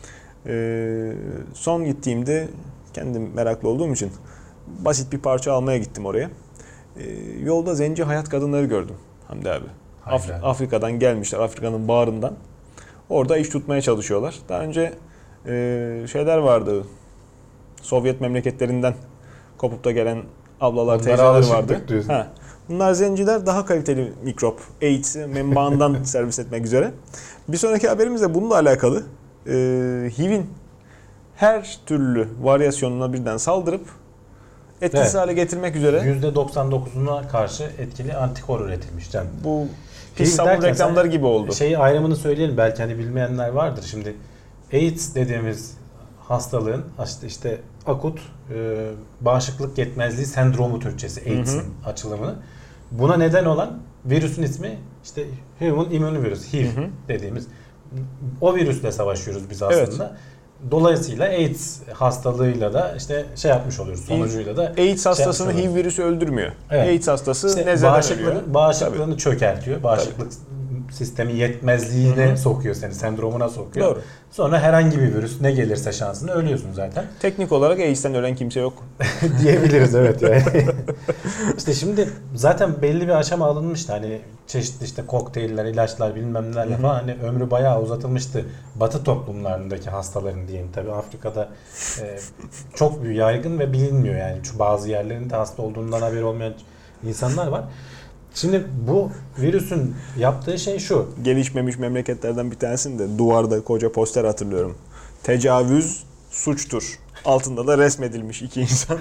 Son gittiğimde, kendim meraklı olduğum için basit bir parça almaya gittim oraya. Yolda zenci hayat kadınları gördüm Hamdi abi. Afrika'dan gelmişler, Afrika'nın bağrından. Orada iş tutmaya çalışıyorlar. Daha önce şeyler vardı, Sovyet memleketlerinden kopup da gelen ablalar, teyzeler vardı. Bunlar zenciler, daha kaliteli mikrop, AIDS'i menbaından servis etmek üzere. Bir sonraki haberimiz de bununla alakalı. HIV'in her türlü varyasyonuna birden saldırıp etkisiz hale getirmek üzere %99'una karşı etkili antikor üretilmiş canım. Bu sabun reklamları gibi oldu. Ayrımını söyleyelim, belki hani bilmeyenler vardır. Şimdi AIDS dediğimiz hastalığın işte akut bağışıklık yetmezliği sendromu Türkçesi, AIDS'in açılımını. Buna neden olan virüsün ismi işte Human Immunovirus, HIV dediğimiz. O virüsle savaşıyoruz biz aslında. Evet. Dolayısıyla AIDS hastalığıyla da işte yapmış oluyoruz, sonucuyla da. AIDS hastasını HIV virüsü öldürmüyor. Evet. AIDS hastası işte nezleden ölüyor. Bağışıklığını çökertiyor. Bağışıklık sistemi yetmezliğine sokuyor seni, sendromuna sokuyor. Doğru. Sonra herhangi bir virüs ne gelirse şansına ölüyorsun zaten. Teknik olarak AIDS'ten ölen kimse yok. Diyebiliriz, evet yani. İşte şimdi zaten belli bir aşama alınmıştı. Hani çeşitli işte kokteyller, ilaçlar, bilmem nelerle falan hani ömrü bayağı uzatılmıştı. Batı toplumlarındaki hastaların diyeyim. Tabii Afrika'da çok yaygın ve bilinmiyor yani. Bazı yerlerinde hasta olduğundan haberi olmayan insanlar var. Şimdi bu virüsün yaptığı şey şu. Gelişmemiş memleketlerden bir tanesinde duvarda koca poster hatırlıyorum. Tecavüz suçtur. Altında da resmedilmiş iki insan.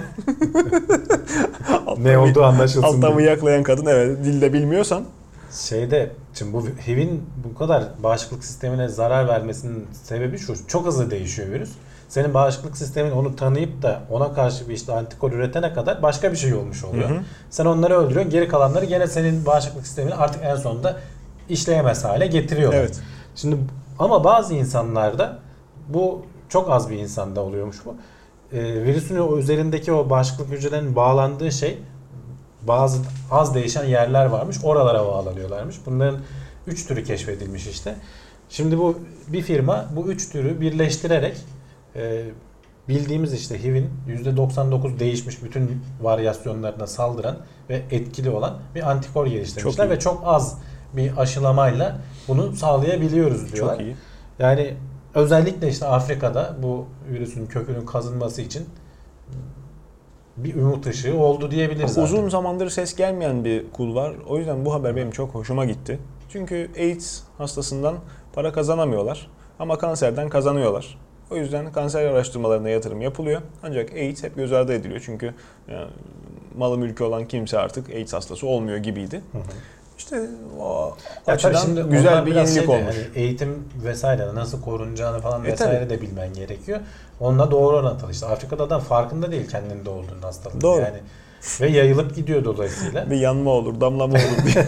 Ne olduğu anlaşılsın. Altta mıyaklayan kadın, evet, dilde bilmiyorsan. Şimdi bu HIV'in bu kadar bağışıklık sistemine zarar vermesinin sebebi şu. Çok hızlı değişiyor virüs. Senin bağışıklık sistemin onu tanıyıp da ona karşı bir işte antikor üretene kadar başka bir şey olmuş oluyor. Sen onları öldürüyorsun. Geri kalanları gene senin bağışıklık sistemini artık en sonunda işleyemez hale getiriyorlar. Evet. Şimdi ama bazı insanlarda, bu çok az bir insanda oluyormuş bu. Virüsün o üzerindeki o bağışıklık hücrelerinin bağlandığı şey, bazı az değişen yerler varmış. Oralara bağlanıyorlarmış. Bunların 3 türü keşfedilmiş işte. Şimdi bu bir firma bu 3 türü birleştirerek bildiğimiz işte HIV'in %99 değişmiş bütün varyasyonlarına saldıran ve etkili olan bir antikor geliştirmişler ve çok az bir aşılamayla bunu sağlayabiliyoruz diyorlar. Çok iyi. Yani özellikle işte Afrika'da bu virüsün kökünün kazınması için bir umut ışığı oldu diyebiliriz. Uzun zamandır ses gelmeyen bir kul var. O yüzden bu haber benim çok hoşuma gitti. Çünkü AIDS hastasından para kazanamıyorlar ama kanserden kazanıyorlar. O yüzden kanser araştırmalarına yatırım yapılıyor. Ancak AIDS hep göz ardı ediliyor. Çünkü yani, malı mülkü olan kimse artık AIDS hastası olmuyor gibiydi. İşte o açıdan güzel bir yenilik olmuş. Yani eğitim vesaire, nasıl korunacağını falan vesaire de bilmen gerekiyor. Onunla doğru orantılı. İşte Afrika'da adam farkında değil kendinde olduğunun hastalığının. Doğru. Yani ve yayılıp gidiyor dolayısıyla. Bir yanma olur, damlama olur diye.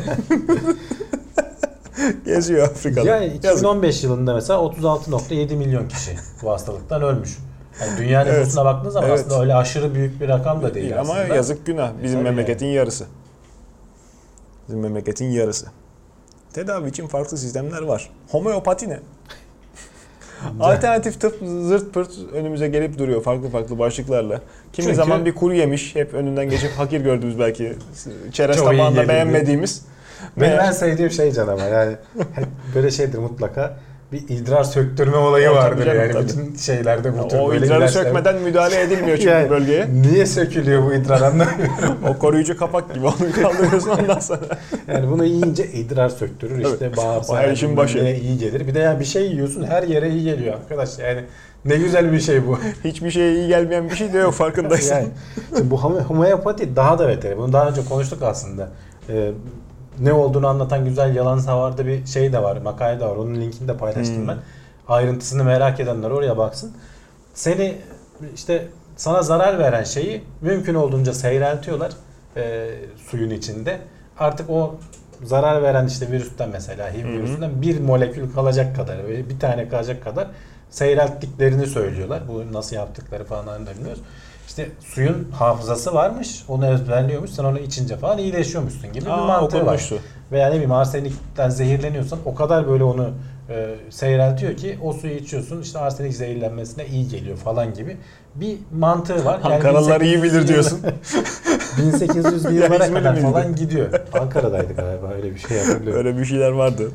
Geziyor Afrika'da. Yani 2015 yılında mesela 36.7 milyon kişi bu hastalıktan ölmüş. Yani dünya nüfusuna baktığınız zaman aslında öyle aşırı büyük bir rakam da değil ama aslında. yazık günah. Bizim memleketin yarısı. Bizim memleketin yarısı. Tedavi için farklı sistemler var. Homeopati ne? Alternatif tıp zırt pırt önümüze gelip duruyor farklı farklı başlıklarla. Kimi zaman bir kuru yemiş, hep önünden geçip hakir gördüğümüz belki çerez tabağında beğenmediğimiz. Benim en sevdiğim şey canavar yani böyle şeydir mutlaka. Bir idrar söktürme olayı vardır yani bütün şeylerde bu tür o böyle idrarı sökmeden müdahale edilmiyor çünkü yani, bölgeye. Niye sökülüyor bu idrar anlamıyorum. O koruyucu kapak gibi onu kaldırıyorsun ondan sonra. Yani bunu yiyince idrar söktürür işte bağırsak. Her işin başı. İyi gelir. Bir de yani bir şey yiyorsun her yere iyi geliyor arkadaş yani. Ne güzel bir şey bu. Hiçbir şeye iyi gelmeyen bir şey de yok farkındaysan. Yani, bu homeopati daha da beteri. Bunu daha önce konuştuk aslında. ne olduğunu anlatan güzel yalan savarda bir şey de var, makale de var. Onun linkini de paylaştım ben. Ayrıntısını merak edenler oraya baksın. Seni işte sana zarar veren şeyi mümkün olduğunca seyreltiyorlar suyun içinde. Artık o zarar veren işte virüsten mesela HIV virüsünden bir molekül kalacak kadar ve bir tane kalacak kadar seyrelttiklerini söylüyorlar. Bu nasıl yaptıkları falan da bilmiyoruz. İşte suyun hafızası varmış, onu ezberliyormuş, sen onu içince falan iyileşiyormuşsun gibi bir mantığı var. Veya ne bileyim arsenikten zehirleniyorsan o kadar böyle onu seyreltiyor ki o suyu içiyorsun, işte arsenik zehirlenmesine iyi geliyor falan gibi bir mantığı var. Yani Ankaralılar iyi bilir diyorsun. 1800'lü yıllara kadar falan gidiyor. Ankara'daydı galiba, öyle bir şey hatırlıyorum. Öyle bir şeyler vardı.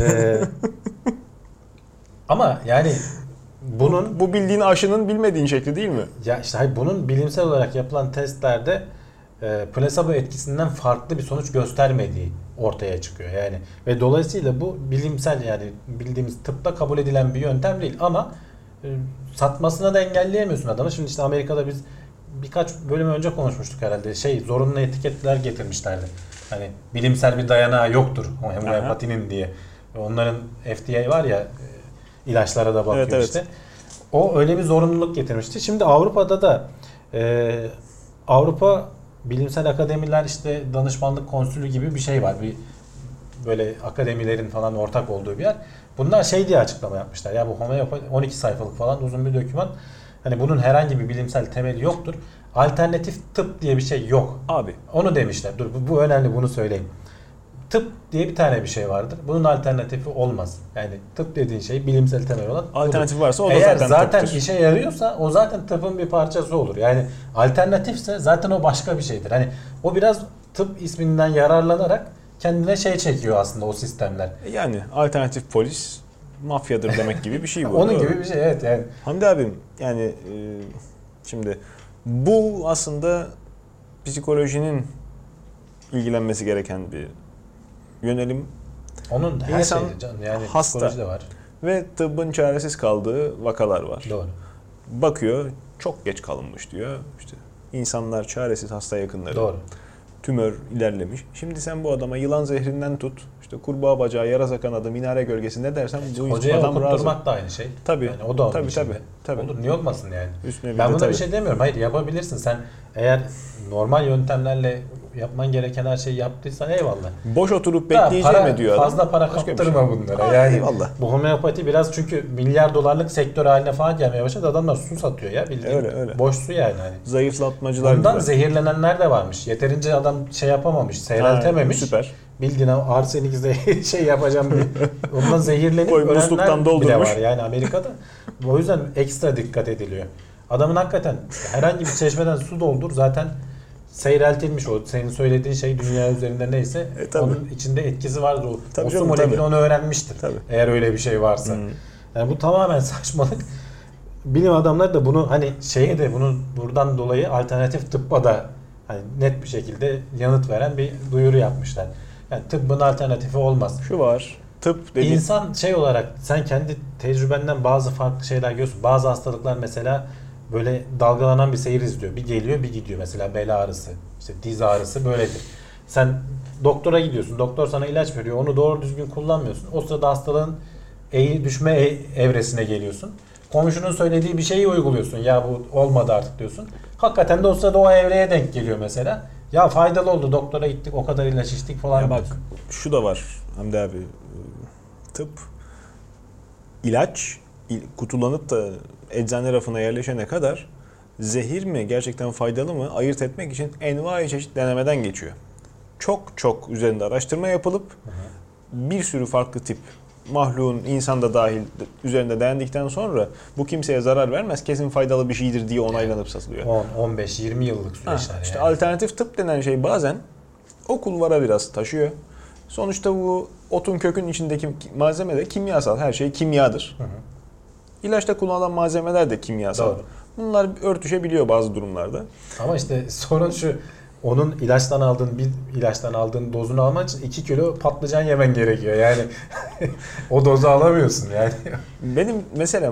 Ama yani bunun... Bu bildiğin aşının bilmediğin şekli değil mi? Ya işte hayır, bunun bilimsel olarak yapılan testlerde plasebo etkisinden farklı bir sonuç göstermediği ortaya çıkıyor. Yani ve dolayısıyla bu bilimsel, yani bildiğimiz tıpta kabul edilen bir yöntem değil ama satmasına da engelleyemiyorsun adamı. Şimdi işte Amerika'da biz birkaç bölüm önce konuşmuştuk herhalde. Zorunlu etiketler getirmişlerdi. Hani bilimsel bir dayanağı yoktur homeopatinin diye. Onların FDA var ya, ilaçlara da bakıyor evet, işte. O öyle bir zorunluluk getirmişti. Şimdi Avrupa'da da Avrupa Bilimsel Akademiler işte danışmanlık konsülü gibi bir şey var. Bir böyle akademilerin falan ortak olduğu bir yer. Bunlar şey diye açıklama yapmışlar. Ya bu homeopati 12 sayfalık falan uzun bir doküman. Hani bunun herhangi bir bilimsel temeli yoktur. Alternatif tıp diye bir şey yok. Abi. Onu demişler. Dur bu önemli, bunu söyleyeyim. Tıp diye bir tane bir şey vardır. Bunun alternatifi olmaz. Yani tıp dediğin şey bilimsel temel olan alternatif varsa o da eğer zaten tıptır. İşe yarıyorsa o zaten tıpın bir parçası olur. Yani alternatifse zaten o başka bir şeydir. Hani o biraz tıp isminden yararlanarak kendine şey çekiyor aslında o sistemler. Yani alternatif polis mafyadır demek gibi bir şey bu. Onun gibi bir şey, evet yani. Hamdi abim yani şimdi bu aslında psikolojinin ilgilenmesi gereken bir yönelim. Onun her şeyde canım, yani hasta psikoloji de var. Ve tıbbın çaresiz kaldığı vakalar var. Doğru. Bakıyor çok geç kalınmış diyor. İşte insanlar çaresiz, hasta yakınları. Doğru. Tümör ilerlemiş. Şimdi sen bu adama yılan zehrinden tut, işte kurbağa bacağı, yarasa kanadı, minare gölgesi ne dersen bu hocaya adam razı. okutturmak da aynı şey. Tabii. Yani o da onun tabii, içinde. tabii. Olur, niye olmasın yani? Üstüne Ben buna tabii bir şey demiyorum. Hayır, yapabilirsin. Sen eğer normal yöntemlerle yapman gereken her şeyi yaptıysan eyvallah. Boş oturup bekleyeceğim diyor adam. Fazla para kaptırma bunlara. Yani eyvallah. Bu homeopati biraz çünkü milyar dolarlık sektör haline falan gelmeye başladı. Adamlar su satıyor ya, bildiğin. Öyle. Boş su yani. Hani. Zayıflatmacılar bundan gibi. Zehirlenenler de varmış. Yeterince adam şey yapamamış, seyreltememiş. Süper. Bildiğin arsenik şey yapacağım diye. Ondan zehirlenip ölenler bile var yani Amerika'da. O yüzden ekstra dikkat ediliyor. Adamın hakikaten herhangi bir çeşmeden su doldur, zaten seyreltilmiş o. Senin söylediğin şey dünya üzerinde neyse onun içinde etkisi vardır. O su molekülü onu öğrenmiştir. Tabii. Eğer öyle bir şey varsa. Yani bu tamamen saçmalık. Bilim adamları da bunu hani şeye de bunun buradan dolayı alternatif tıbba da hani net bir şekilde yanıt veren bir duyuru yapmışlar. Yani tıbbın alternatifi olmaz. Şu var. Tıp dediğin... İnsan şey olarak sen kendi tecrübenden bazı farklı şeyler görüyorsun. Bazı hastalıklar mesela böyle dalgalanan bir seyir izliyor. Bir geliyor bir gidiyor. Mesela bel ağrısı, işte diz ağrısı böyledir. Sen doktora gidiyorsun. Doktor sana ilaç veriyor. Onu doğru düzgün kullanmıyorsun. O sırada hastalığın düşme evresine geliyorsun. Komşunun söylediği bir şeyi uyguluyorsun. Ya bu olmadı artık diyorsun. Hakikaten de o sırada o evreye denk geliyor mesela. Ya faydalı oldu, doktora gittik, o kadar ilaç içtik falan. Ya bak şu da var Hamdi abi. Tıp, ilaç kutulanıp da eczane rafına yerleşene kadar zehir mi gerçekten faydalı mı ayırt etmek için envai çeşit denemeden geçiyor. Çok üzerinde araştırma yapılıp bir sürü farklı tip mahluğun, insan da dahil üzerinde denendikten sonra bu kimseye zarar vermez, kesin faydalı bir şeydir diye onaylanıp satılıyor. 10, 15, 20 yıllık süreçler İşte yani. alternatif tıp denen şey bazen o kulvara biraz taşıyor. Sonuçta bu otun kökün içindeki malzeme de kimyasal. Her şey kimyadır. İlaçta kullanılan malzemeler de kimyasal. Doğru. Bunlar örtüşebiliyor bazı durumlarda. Ama işte sorun şu, onun bir ilaçtan aldığın dozunu almak için 2 kilo patlıcan yemen gerekiyor. Yani o dozu alamıyorsun yani. Benim meselem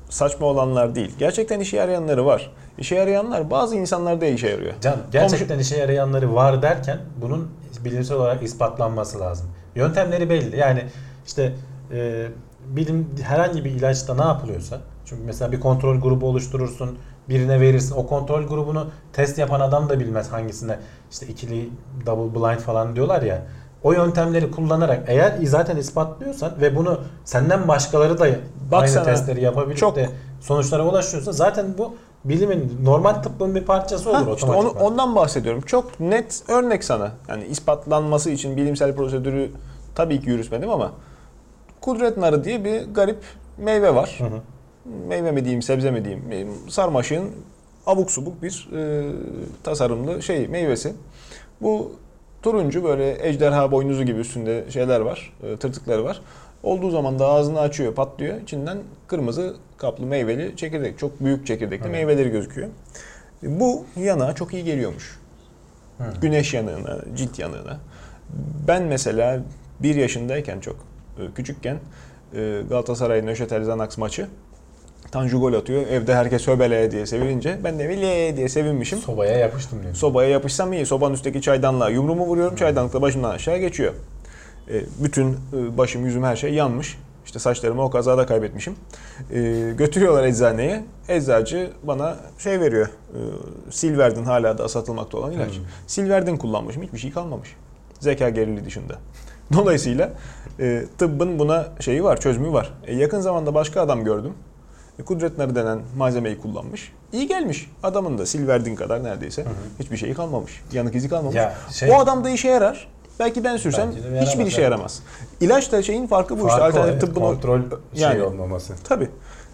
saçma olanlar değil. Gerçekten işe yarayanları var. İşe yarayanlar bazı insanlarda işe yarıyor. Gerçekten işe yarayanları var derken bunun bilimsel olarak ispatlanması lazım. Yöntemleri belli. Yani işte bilim herhangi bir ilaçta ne yapılıyorsa, çünkü mesela bir kontrol grubu oluşturursun, birine verirsin. O kontrol grubunu test yapan adam da bilmez hangisine, işte ikili double blind falan diyorlar ya. O yöntemleri kullanarak eğer zaten ispatlıyorsan ve bunu senden başkaları da aynı testleri yapabilip de sonuçlara ulaşıyorsa zaten bu bilimin, normal tıbbın bir parçası olur otomatikman. İşte ondan bahsediyorum. Çok net örnek sana. Yani ispatlanması için bilimsel prosedürü tabii ki yürütmedim ama kudret narı diye bir garip meyve var. Meyve mi diyeyim, sebze mi diyeyim? Sarmaşığın abuk subuk bir tasarımlı meyvesi. Bu turuncu, böyle ejderha boynuzu gibi üstünde şeyler var, tırtıkları var. Olduğu zaman da ağzını açıyor, patlıyor. İçinden kırmızı kaplı meyveli çekirdek, çok büyük çekirdekli meyveleri gözüküyor. Bu yanağa çok iyi geliyormuş. Güneş yanığına, cilt yanığına. Ben mesela 1 yaşındayken, çok küçükken, Galatasaray Nöşetel Xanax maçı, Tanju gol atıyor. Evde herkes höbele diye sevinince ben de le diye sevinmişim. Sobaya yapıştım diyor. Sobaya yapışsam iyi. Sobanın üstteki çaydanlığa yumruğumu vuruyorum. Çaydanlıkla başımdan aşağı geçiyor. Bütün başım, yüzüm, her şey yanmış. İşte saçlarımı o kazada kaybetmişim. Götürüyorlar eczaneye. Eczacı bana veriyor. Silverdin, hala da satılmakta olan ilaç. Silverdin kullanmışım. Hiçbir şey kalmamış. Zeka geriliği dışında. Dolayısıyla tıbbın buna var, çözümü var. Yakın zamanda başka adam gördüm. Kudret narı denen malzemeyi kullanmış. İyi gelmiş. Adamın da Silverdin kadar neredeyse hiçbir şeyi kalmamış. Yanık izi kalmamış. O adam da işe yarar. Belki ben sürsem hiçbir işe yaramaz. İlaç da farkı bu işte. Alternatif tıbbın kontrol olmaması. Tabii.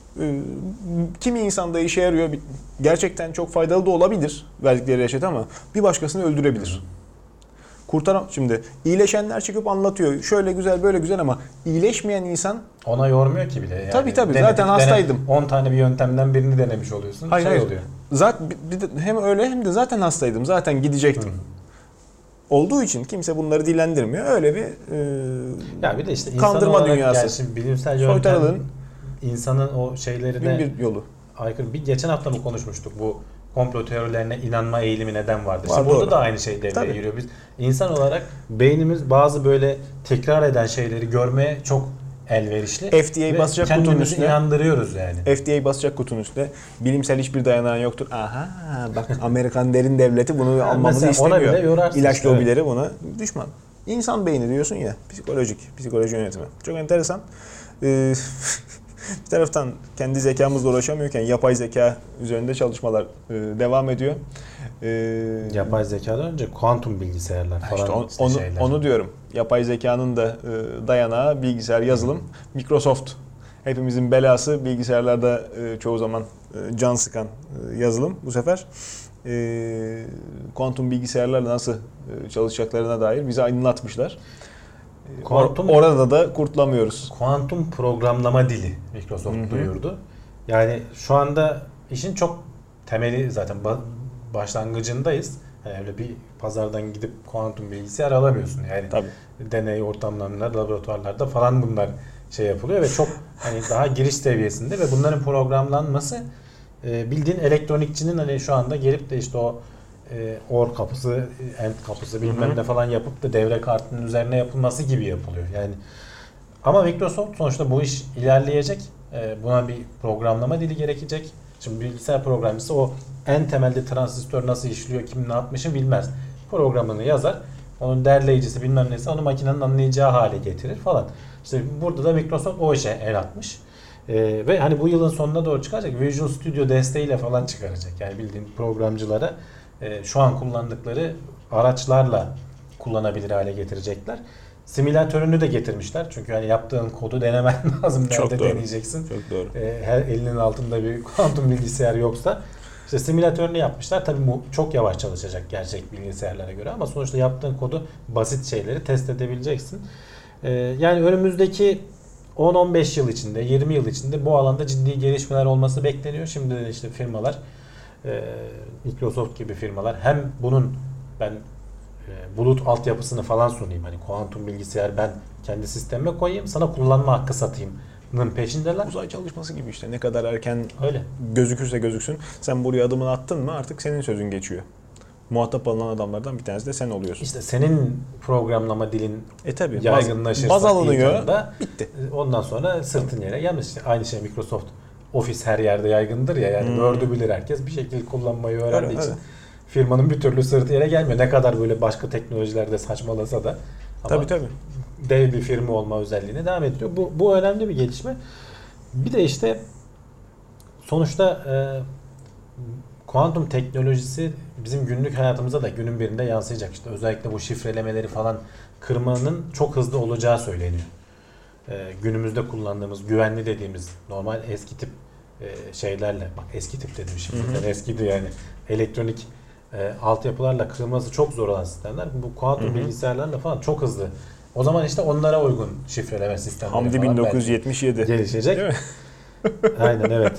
Kimi insanda işe yarıyor. Gerçekten çok faydalı da olabilir verdikleri reçete ama bir başkasını öldürebilir. Şimdi iyileşenler çıkıp anlatıyor. Şöyle güzel, böyle güzel ama iyileşmeyen insan ona yormuyor ki bile. Yani tabii zaten hastaydım. 10 tane bir yöntemden birini denemiş oluyorsun. Hayır. Oluyor. Zaten hem öyle hem de zaten hastaydım. Zaten gidecektim. Olduğu için kimse bunları dillendirmiyor. Öyle bir ya bir de işte kandırma dünyası. Yani bilimsel yöntem insanın o şeylerine bir yolu. Aykırı. Geçen hafta mı konuşmuştuk bu komplo teorilerine inanma eğilimi neden vardır? İşte burada da aynı şey devreye giriyor. Biz insan olarak beynimiz bazı böyle tekrar eden şeyleri görmeye çok elverişli. FDA basacak kutunun üstüne. İnandırıyoruz yani. FDA basacak kutunun üstüne. Bilimsel hiçbir dayanağı yoktur. Aha bak, Amerikan derin devleti bunu almamızı istemiyor. İlaç lobileri buna düşman. İnsan beyni diyorsun ya, psikoloji yönetimi. Çok enteresan. Bir taraftan kendi zekamızla uğraşamıyorken yapay zeka üzerinde çalışmalar devam ediyor. Yapay zekadan önce kuantum bilgisayarlar falan şeyler. Onu diyorum. Yapay zekanın da dayanağı bilgisayar, yazılım. Microsoft hepimizin belası, bilgisayarlarda çoğu zaman can sıkan yazılım. Bu sefer kuantum bilgisayarlarla nasıl çalışacaklarına dair bizi aydınlatmışlar. Orada da kurtulamıyoruz. Kuantum programlama dili Microsoft duyurdu. Yani şu anda işin çok temeli, zaten başlangıcındayız. Yani öyle bir pazardan gidip kuantum bilgisayar alamıyorsun. Yani deney ortamlarında, laboratuvarlarda falan bunlar yapılıyor ve çok daha giriş seviyesinde ve bunların programlanması bildiğin elektronikçinin şu anda gelip de işte o OR kapısı, end kapısı bilmem ne falan yapıp da devre kartının üzerine yapılması gibi yapılıyor. Yani ama Microsoft sonuçta bu iş ilerleyecek. Buna bir programlama dili gerekecek. Şimdi bilgisayar programcısı o en temelde transistör nasıl işliyor, kim ne yapmışı bilmez. Programını yazar. Onun derleyicisi bilmem neyse onu makinenin anlayacağı hale getirir falan. İşte burada da Microsoft o işe el atmış. Ve bu yılın sonuna doğru çıkacak. Visual Studio desteğiyle falan çıkaracak. Yani bildiğin programcılara şu an kullandıkları araçlarla kullanabilir hale getirecekler. Simülatörünü de getirmişler. Çünkü yaptığın kodu denemen lazım. Nerede deneyeceksin? Çok doğru. Her elinin altında bir kuantum bilgisayar yoksa. İşte simülatörünü yapmışlar. Tabii bu çok yavaş çalışacak gerçek bilgisayarlara göre ama sonuçta yaptığın kodu, basit şeyleri test edebileceksin. Yani önümüzdeki 10-15 yıl içinde, 20 yıl içinde bu alanda ciddi gelişmeler olması bekleniyor. Şimdi de işte firmalar, Microsoft gibi firmalar hem bunun ben bulut altyapısını falan sunayım. Kuantum bilgisayar ben kendi sistemime koyayım, sana kullanma hakkı satayım peşindeler. Uzay çalışması gibi işte. Ne kadar erken Öyle. gözükürse gözüksün. Sen buraya adımını attın mı artık senin sözün geçiyor. Muhatap alınan adamlardan bir tanesi de sen oluyorsun. İşte senin programlama dilin Tabii. yaygınlaşırsa Baz alınıyor. ilk anda, Bitti. ondan sonra sırtın yere gelmez. İşte aynı şey Microsoft Office her yerde yaygındır ya. Yani Word'u bilir herkes. Bir şekilde kullanmayı öğrendiği için firmanın bir türlü sırtı yere gelmiyor. Ne kadar böyle başka teknolojilerde saçmalasa da. Ama Tabii. dev bir firma olma özelliğine devam ediyor. Bu önemli bir gelişme. Bir de işte sonuçta kuantum teknolojisi bizim günlük hayatımıza da günün birinde yansıyacak. İşte özellikle bu şifrelemeleri falan kırmanın çok hızlı olacağı söyleniyor. Günümüzde kullandığımız güvenli dediğimiz normal eski tip şeylerle, bak eski tip dedim şimdi, eskidi yani, elektronik altyapılarla kırılması çok zor olan sistemler bu kuantum bilgisayarlarla falan çok hızlı. O zaman işte onlara uygun şifreleme sistemleri Hamdi falan 1977 gelişecek. Değil mi? Aynen, evet.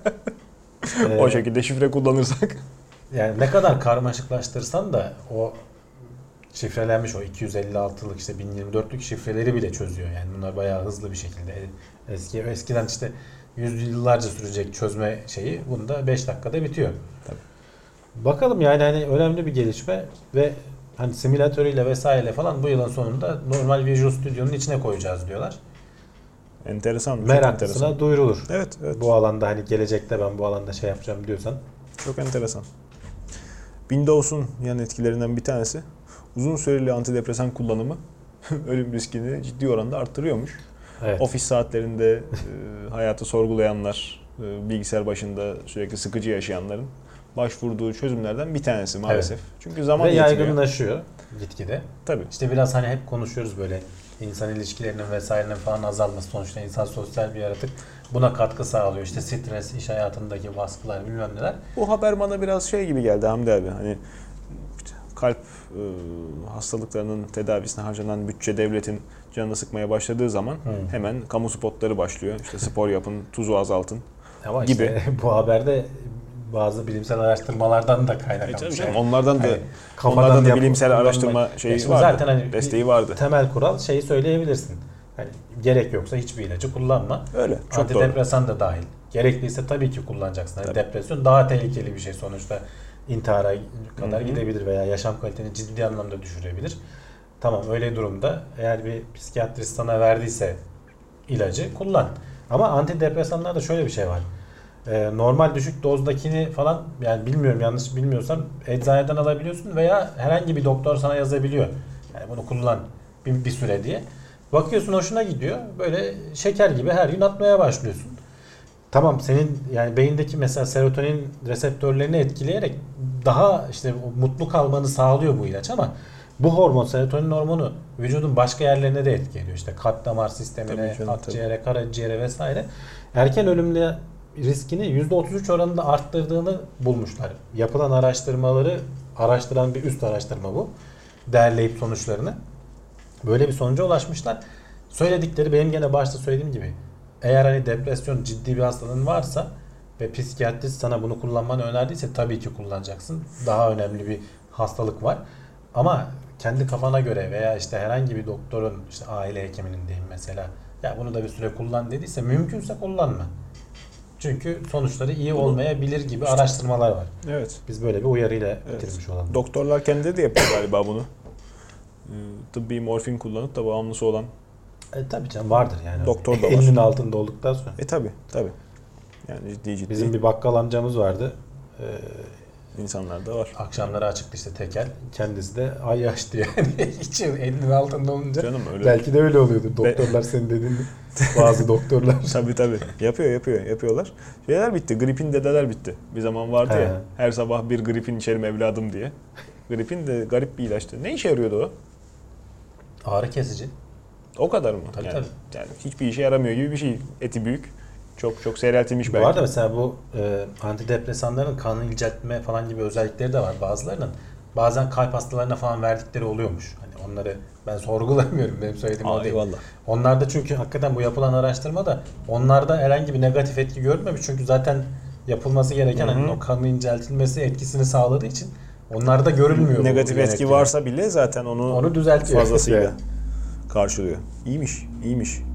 O şekilde şifre kullanırsak. Yani ne kadar karmaşıklaştırsan da o şifrelenmiş o 256'lık işte 1024'lük şifreleri bile çözüyor. Yani bunlar bayağı hızlı bir şekilde. Eskiden işte yüzyıllarca sürecek çözme şeyi bunda 5 dakikada bitiyor. Tabii. Bakalım yani hani önemli bir gelişme ve hani simülatörüyle vesaire falan bu yılın sonunda normal Visual Studio'nun içine koyacağız diyorlar. Enteresan. Meraklısına duyurulur. Evet. Bu alanda hani gelecekte ben bu alanda şey yapacağım diyorsan. Çok enteresan. Windows'un yan etkilerinden bir tanesi uzun süreli antidepresan kullanımı ölüm riskini ciddi oranda arttırıyormuş. Evet. Ofis saatlerinde hayatı sorgulayanlar, bilgisayar başında sürekli sıkıcı yaşayanların başvurduğu çözümlerden bir tanesi maalesef. Evet. Çünkü zaman ve yetmiyor. yaygınlaşıyor gitgide. Tabii. İşte biraz hani hep konuşuyoruz böyle insan ilişkilerinin vesairenin falan azalması, sonuçta insan sosyal bir yaratık, buna katkı sağlıyor. İşte stres, iş hayatındaki baskılar, bilmem neler. Bu haber bana biraz şey gibi geldi Hamdi abi. Hani işte kalp hastalıklarının tedavisine harcanan bütçe devletin canını sıkmaya başladığı zaman hemen kamu spotları başlıyor. İşte spor yapın, tuzu azaltın ama gibi. Işte, bu haberde bazı bilimsel araştırmalardan da kaynaklanmış. Onlardan da hani bilimsel araştırma şeyi vardı. Zaten hani desteği vardı. Temel kural şeyi söyleyebilirsin. Hani gerek yoksa hiçbir ilacı kullanma. Öyle. Çok antidepresan da dahil. Gerekliyse tabii ki kullanacaksın. Hani depresyon daha tehlikeli bir şey sonuçta. İntihara kadar gidebilir veya yaşam kaliteni ciddi anlamda düşürebilir. Tamam, öyle durumda eğer bir psikiyatrist sana verdiyse ilacı kullan. Ama antidepresanlarda şöyle bir şey var. Normal düşük dozdakini falan, yani bilmiyorum, yanlış bilmiyorsam eczaneden alabiliyorsun veya herhangi bir doktor sana yazabiliyor. Yani bunu kullan bir süre diye. Bakıyorsun hoşuna gidiyor. Böyle şeker gibi her gün atmaya başlıyorsun. Tamam, senin yani beyindeki mesela serotonin reseptörlerini etkileyerek daha işte mutlu kalmanı sağlıyor bu ilaç, ama bu hormon, serotonin hormonu vücudun başka yerlerine de etki ediyor. İşte kalp damar sistemine, akciğere, karaciğere vesaire. Erken ölümle riskini %33 oranında arttırdığını bulmuşlar. Yapılan araştırmaları araştıran bir üst araştırma bu. Derleyip sonuçlarını. Böyle bir sonuca ulaşmışlar. Söyledikleri benim gene başta söylediğim gibi. Eğer hani depresyon, ciddi bir hastalığın varsa ve psikiyatrist sana bunu kullanmanı önerdiyse tabii ki kullanacaksın. Daha önemli bir hastalık var. Ama kendi kafana göre veya işte herhangi bir doktorun, işte aile hekiminin diyeyim mesela, ya bunu da bir süre kullan dediyse mümkünse kullanma. Çünkü sonuçları iyi olmayabilir gibi araştırmalar var. Evet. Biz böyle bir uyarıyla bitirmiş olalım. Doktorlar kendileri de yapıyor galiba bunu. Tıbbi morfin kullanıp da bağımlısı olan. Tabii canım, vardır yani. Doktor da var. Elinin altında olduktan sonra. Tabii. Yani ciddi. Bizim bir bakkal amcamız vardı. İnsanlar da var. Akşamları açıktı işte tekel. Kendisi de ay açtı yani. Hiç elinin altında olunca. Canım öyle. Belki de öyle oluyordu. Doktorlar senin dediğin bazı doktorlar. Tabii. Yapıyorlar. Şeyler bitti. Gripin dedeler bitti. Bir zaman vardı ya. Her sabah bir gripin içerim evladım diye. Gripin de garip bir ilaçtı. Ne işe yarıyordu o? Ağrı kesici. O kadar mı? Tabii. Yani hiçbir işe yaramıyor gibi bir şey. Eti büyük. Çok seyreltilmiş belki. Bu arada mesela bu antidepresanların kanı inceltme falan gibi özellikleri de var bazılarının. Bazen kalp hastalarına falan verdikleri oluyormuş. Hani onları ben sorgulamıyorum, benim söylediğim o değil. Eyvallah. Onlarda çünkü hakikaten bu yapılan araştırmada onlarda herhangi bir negatif etki görülmemiş. Çünkü zaten yapılması gereken hani o kanın inceltilmesi etkisini sağladığı için onlarda görülmüyor. Negatif etki varsa bile zaten onu düzeltiyor. fazlasıyla karşılıyor. İyiymiş.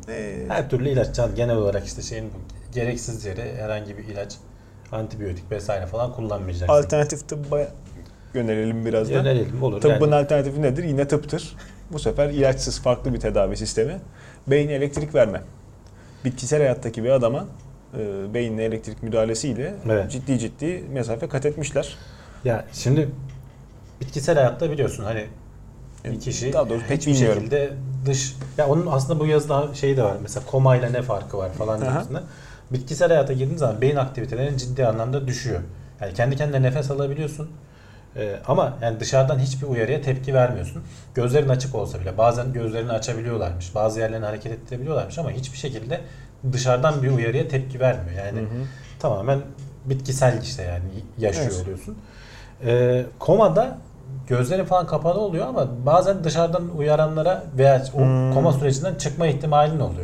Her türlü ilaç genel olarak işte gereksiz yere herhangi bir ilaç, antibiyotik vesaire falan kullanmayacaksın. Alternatif tıbba yönelelim biraz da. Yönelelim, olur. Tıbbın alternatifi nedir? Yine tıptır. Bu sefer ilaçsız farklı bir tedavi sistemi. Beyin elektrik verme. Bitkisel hayattaki bir adama beyinle elektrik müdahalesiyle ciddi mesafe kat etmişler. Ya şimdi bitkisel hayatta biliyorsun hani bir kişi daha doğrusu pek hiçbir bilmiyorum. şekilde ya onun aslında bu yazıda de var. Mesela komayla ne farkı var falan gibisinden. Bitkisel hayata girdiğin zaman beyin aktivitelerin ciddi anlamda düşüyor. Yani kendi kendine nefes alabiliyorsun. Ama yani dışarıdan hiçbir uyarıya tepki vermiyorsun. Gözlerin açık olsa bile bazen gözlerini açabiliyorlarmış. Bazı yerlerini hareket ettirebiliyorlarmış ama hiçbir şekilde dışarıdan bir uyarıya tepki vermiyor. Yani tamamen bitkisel işte yani yaşıyor oluyorsun. Komada gözlerin falan kapalı oluyor ama bazen dışarıdan uyaranlara veya o koma sürecinden çıkma ihtimalin oluyor.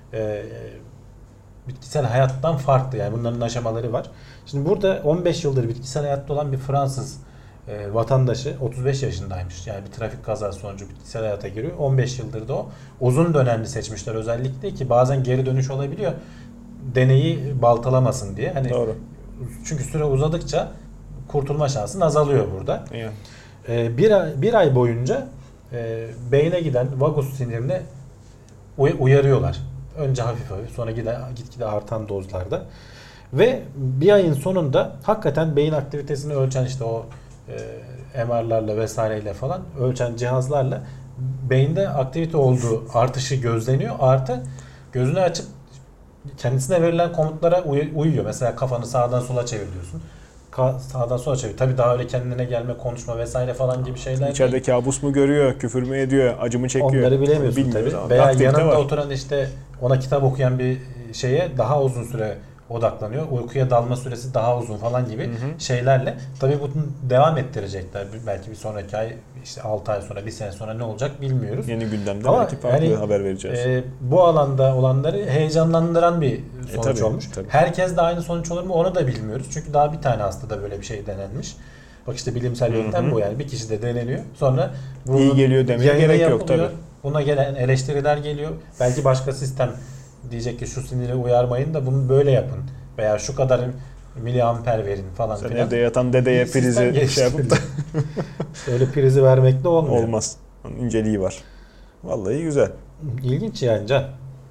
Bitkisel hayattan farklı yani bunların aşamaları var. Şimdi burada 15 yıldır bitkisel hayatta olan bir Fransız vatandaşı 35 yaşındaymış. Yani bir trafik kazası sonucu bitkisel hayata giriyor. 15 yıldır da o. Uzun dönemli seçmişler özellikle ki bazen geri dönüş olabiliyor. Deneyi baltalamasın diye. Hani doğru. Çünkü süre uzadıkça kurtulma şansın azalıyor burada. Yani. Bir ay boyunca beyne giden vagus sinirini uyarıyorlar. Önce hafif sonra gitgide artan dozlarda. Ve bir ayın sonunda hakikaten beyin aktivitesini ölçen işte o MR'larla vesaireyle falan ölçen cihazlarla beyinde aktivite olduğu artışı gözleniyor. Artı gözünü açıp kendisine verilen komutlara uyuyor. Mesela kafanı sağdan sola çevir diyorsun. Sağdan sola çevir. Tabii daha öyle kendine gelme, konuşma vesaire falan gibi şeyler İçeride değil. kabus mu görüyor, küfür mü ediyor, acı mı çekiyor? Onları bilemiyorsun tabii. Veya yanında oturan işte ona kitap okuyan bir şeye daha uzun süre odaklanıyor. Uykuya dalma süresi daha uzun falan gibi şeylerle. Tabii bunu devam ettirecekler. Belki bir sonraki ay, işte 6 ay sonra, bir sene sonra ne olacak bilmiyoruz. Yeni gündemde ama belki farklı haber vereceğiz. Bu alanda olanları heyecanlandıran bir sonuç olmuş. Tabii. Herkes de aynı sonuç olur mu onu da bilmiyoruz. Çünkü daha bir tane hastada böyle bir şey denenmiş. Bak işte bilimsel yöntem bu yani. Bir kişi de deneniyor. Sonra iyi geliyor demeye gerek yok tabii. Buna gelen eleştiriler geliyor. Belki başka sistem diyecek ki şu siniri uyarmayın da bunu böyle yapın. Veya şu kadar miliamper verin falan Sen filan. evde yatan dedeye prizi şey yapıp da öyle prizi vermekle olmuyor. Olmaz. Onun inceliği var. Vallahi güzel. İlginç yani Can.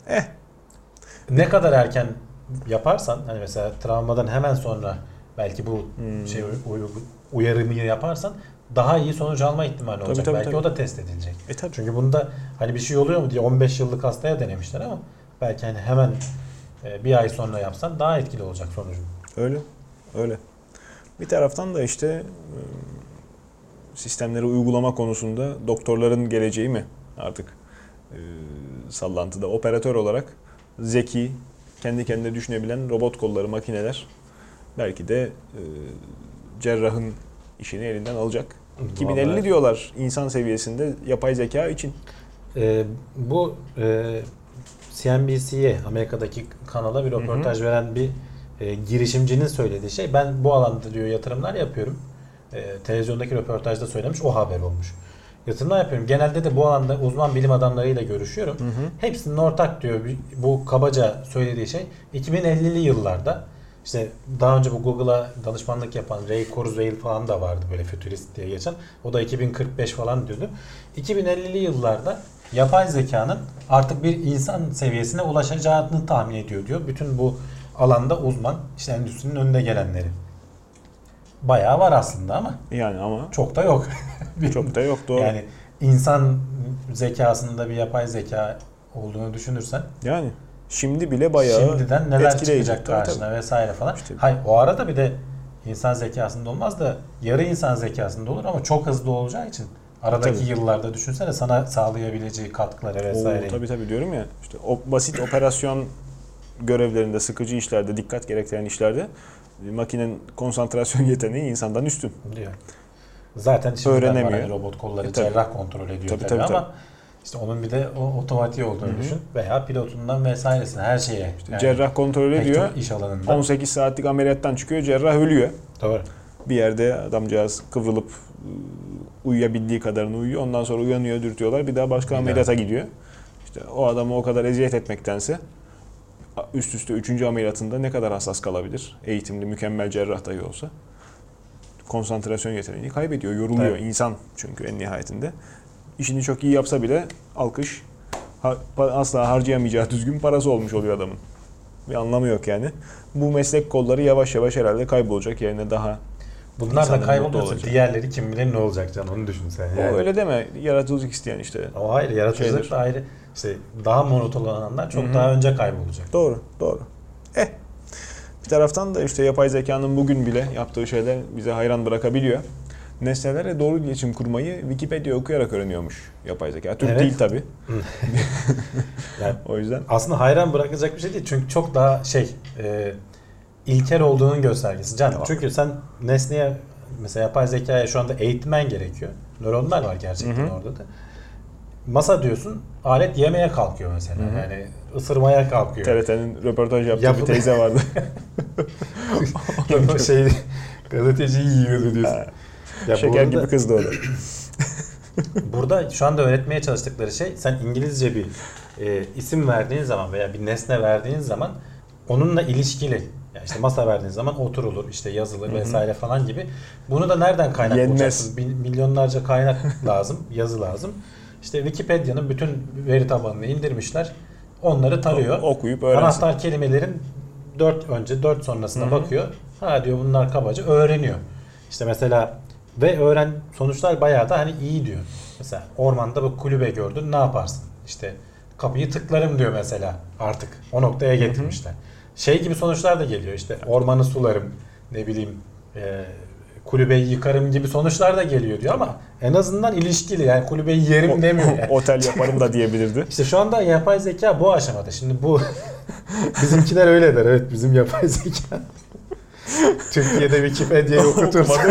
Ne kadar erken yaparsan hani mesela travmadan hemen sonra belki bu uyarımı yaparsan daha iyi sonuç alma ihtimali olacak. Tabii. Belki o da test edilecek. Tabii. Çünkü bunda hani bir şey oluyor mu diye 15 yıllık hastaya denemişler ama belki hani hemen bir ay sonra yapsan daha etkili olacak sonucun. Öyle. Bir taraftan da işte sistemleri uygulama konusunda doktorların geleceği mi artık sallantıda operatör olarak zeki, kendi kendine düşünebilen robot kolları, makineler belki de cerrahın işini elinden alacak. 2050 vallahi diyorlar insan seviyesinde yapay zeka için. Bu CNBC'ye Amerika'daki kanala bir röportaj veren bir girişimcinin söylediği şey. Ben bu alanda diyor yatırımlar yapıyorum. Televizyondaki röportajda söylemiş, o haber olmuş. Yatırımlar yapıyorum. Genelde de bu alanda uzman bilim adamlarıyla görüşüyorum. Hepsinin ortak diyor bu kabaca söylediği şey 2050'li yıllarda işte daha önce bu Google'a danışmanlık yapan Ray Kurzweil falan da vardı böyle fütürist diye geçen. O da 2045 falan diyordu. 2050'li yıllarda yapay zekanın artık bir insan seviyesine ulaşacağını tahmin ediyor diyor. Bütün bu alanda uzman işte endüstrinin önde gelenleri. Bayağı var aslında ama. Yani ama. Çok da yok. Çok da yok doğru. Yani insan zekasında bir yapay zeka olduğunu düşünürsen. Yani şimdi bile bayağı şimdiden neler çıkacak karşına vesaire falan. İşte. Hayır o arada bir de insan zekasında olmaz da yarı insan zekasında olur ama çok hızlı olacağı için aradaki yıllarda düşünsene sana sağlayabileceği katkıları vesaire. Tabii diyorum ya işte o basit operasyon görevlerinde, sıkıcı işlerde, dikkat gerektiren işlerde makinenin konsantrasyon yeteneği insandan üstün. Diyor. Zaten şimdiden var hani robot kolları cerrah kontrol ediyor tabii ama işte onun bir de o otomatiği olduğunu düşün veya pilotundan vesairesine her şeye. İşte yani cerrah kontrol ediyor. İş alanında. 18 saatlik ameliyattan çıkıyor, cerrah ölüyor. Doğru. Bir yerde adamcağız kıvrılıp uyuyabildiği kadarını uyuyor. Ondan sonra uyanıyor, dürtüyorlar. Bir daha başka ameliyata gidiyor. İşte o adamı o kadar eziyet etmektense üst üste 3. ameliyatında ne kadar hassas kalabilir? Eğitimli, mükemmel cerrah dahi olsa. Konsantrasyon yeteneğini kaybediyor, yoruluyor. Evet. İnsan çünkü en nihayetinde. İşini çok iyi yapsa bile alkış, asla harcayamayacağı düzgün parası olmuş oluyor adamın. Bir anlamı yok yani. Bu meslek kolları yavaş yavaş herhalde kaybolacak. Yerine daha Bunlar da insanların mutlu kayboluyorsa olacak. diğerleri kim bilir ne olacak canım, onu düşün sen. O Yani. öyle deme. Yaratıcılık isteyen işte. O ayrı, yaratıcılık şeydir. da ayrı. İşte daha monoton olanlar çok Hı hı. daha önce kaybolacak. Doğru, doğru. Bir taraftan da işte yapay zekanın bugün bile yaptığı şeyler bize hayran bırakabiliyor. Nesnelerle doğru iletişim kurmayı Wikipedia okuyarak öğreniyormuş yapay zeka. Türk Evet. değil tabii. Yani O yüzden aslında hayran bırakacak bir şey değil. Çünkü çok daha ilkel olduğunun göstergesi. Can, Tamam. çünkü sen nesneye, mesela yapay zekaya şu anda eğitmen gerekiyor. Nöronlar var gerçekten Hı hı. orada da. Masa diyorsun, alet yemeye kalkıyor mesela. Hı hı. Yani ısırmaya kalkıyor. TRT'nin röportaj yaptığı bir teyze vardı. Gazeteciyi yiyordu diyorsun. Ya Şeker burada- gibi kızdı o da. Burada şu anda öğretmeye çalıştıkları şey, sen İngilizce bir isim verdiğin zaman veya bir nesne verdiğin zaman onunla ilişkili, yani işte masa verdiğin zaman oturulur, işte yazılır vesaire falan gibi. Bunu da nereden kaynak Yenmez. bulacaksın? Milyonlarca kaynak lazım, yazı lazım. İşte Wikipedia'nın bütün veri tabanını indirmişler. Onları tarıyor. Okuyup öğrensin. Anahtar kelimelerin 4 önce 4 sonrasına bakıyor. Ha diyor, bunlar kabaca öğreniyor. İşte mesela ve sonuçlar bayağı da hani iyi diyor. Mesela ormanda bir kulübe gördün, ne yaparsın? İşte kapıyı tıklarım diyor mesela, artık o noktaya getirmişler. Şey gibi sonuçlar da geliyor, işte ormanı sularım, ne bileyim kulübeyi yıkarım gibi sonuçlar da geliyor diyor, ama en azından ilişkili, yani kulübeyi yerim demiyor yani. Otel yaparım da diyebilirdi. İşte şu anda yapay zeka bu aşamada. Şimdi bu bizimkiler öyle der. Evet, bizim yapay zeka. Türkiye'de Wikipedia'yı okutursa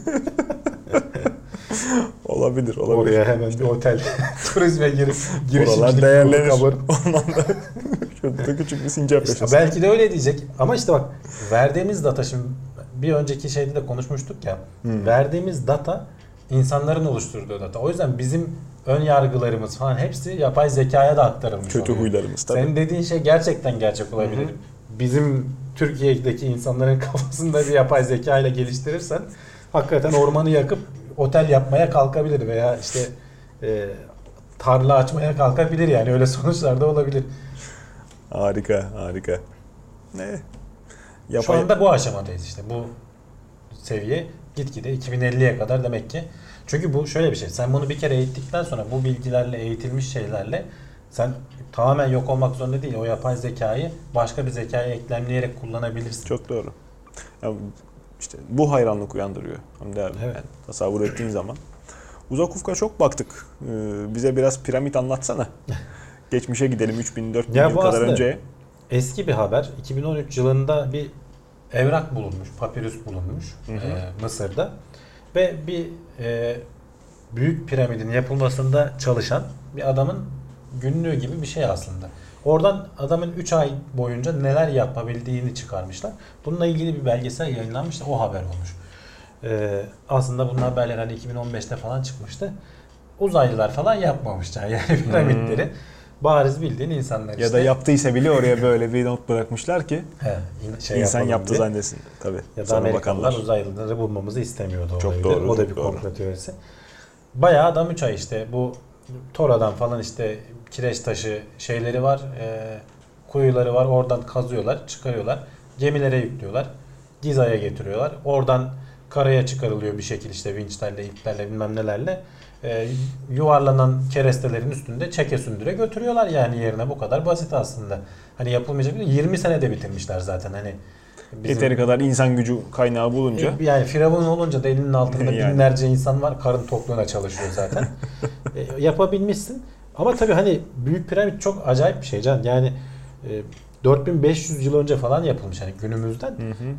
Olabilir. oraya hemen bir otel turizme girişimcilik Oralar değerlenir. kabul. Ormanda şurada küçük bir sincap İşte yaşasın. belki de öyle diyecek. Ama işte bak, verdiğimiz data, şimdi bir önceki şeyde de konuşmuştuk ya. Verdiğimiz data insanların oluşturduğu data. O yüzden bizim ön yargılarımız falan hepsi yapay zekaya da aktarılmış Kötü oluyor. huylarımız tabii. Senin dediğin şey gerçekten gerçek olabilir. Bizim Türkiye'deki insanların kafasında bir yapay zeka ile geliştirirsen hakikaten ormanı yakıp otel yapmaya kalkabilir veya işte tarla açmaya kalkabilir, yani öyle sonuçlar da olabilir. Harika, harika. Ne? Şu anda bu aşamadayız işte. Bu seviye gitgide 2050'ye kadar demek ki. Çünkü bu şöyle bir şey. Sen bunu bir kere eğittikten sonra bu bilgilerle, eğitilmiş şeylerle sen tamamen yok olmak zorunda değil. O yapay zekayı başka bir zekaya eklemleyerek kullanabilirsin. Çok doğru. Ya işte bu hayranlık uyandırıyor. Hamdi abi. Evet. Yani tasavvur ettiğin zaman. Uzak ufka çok baktık. Bize biraz piramit anlatsana. Geçmişe gidelim 3000-4000 Ya yıl bu kadar aslında önceye. eski bir haber. 2013 yılında bir evrak bulunmuş, papirüs bulunmuş Mısır'da. Ve bir büyük piramidin yapılmasında çalışan bir adamın günlüğü gibi bir şey aslında. Oradan adamın 3 ay boyunca neler yapabildiğini çıkarmışlar. Bununla ilgili bir belgesel yayınlanmış da o haber olmuş. Aslında bunun haberleri hani 2015'te falan çıkmıştı. Uzaylılar falan yapmamışlar yani piramitleri. Bariz bildiğin insanlar işte. Ya da yaptıysa bile oraya böyle bir not bırakmışlar ki Şey insan yapalım yaptı diye. zannetsin. Tabii. Ya da Sonra Amerikalılar bakanlar. uzaylıları bulmamızı istemiyordu. Çok olabilir. doğru, O da çok bir doğru. komplo teorisi. Bayağı adam 3 ay işte bu Tora'dan falan işte kireç taşı şeyleri var. Kuyuları var. Oradan kazıyorlar, çıkarıyorlar. Gemilere yüklüyorlar. Giza'ya getiriyorlar. Oradan karaya çıkarılıyor bir şekilde, işte vinçlerle, iplerle, bilmem nelerle. Yuvarlanan kerestelerin üstünde çeke sündüre götürüyorlar yani yerine. Bu kadar basit aslında. Hani yapılmayacak bir 20 senede bitirmişler zaten hani. Yeteri kadar insan gücü kaynağı bulunca. Yani firavun olunca da elinin altında Yani. binlerce insan var. Karın tokluğuna çalışıyor zaten. Yapabilmişsin. Ama tabii hani büyük piramit çok acayip bir şey Can. Yani 4500 yıl önce falan yapılmış hani günümüzden.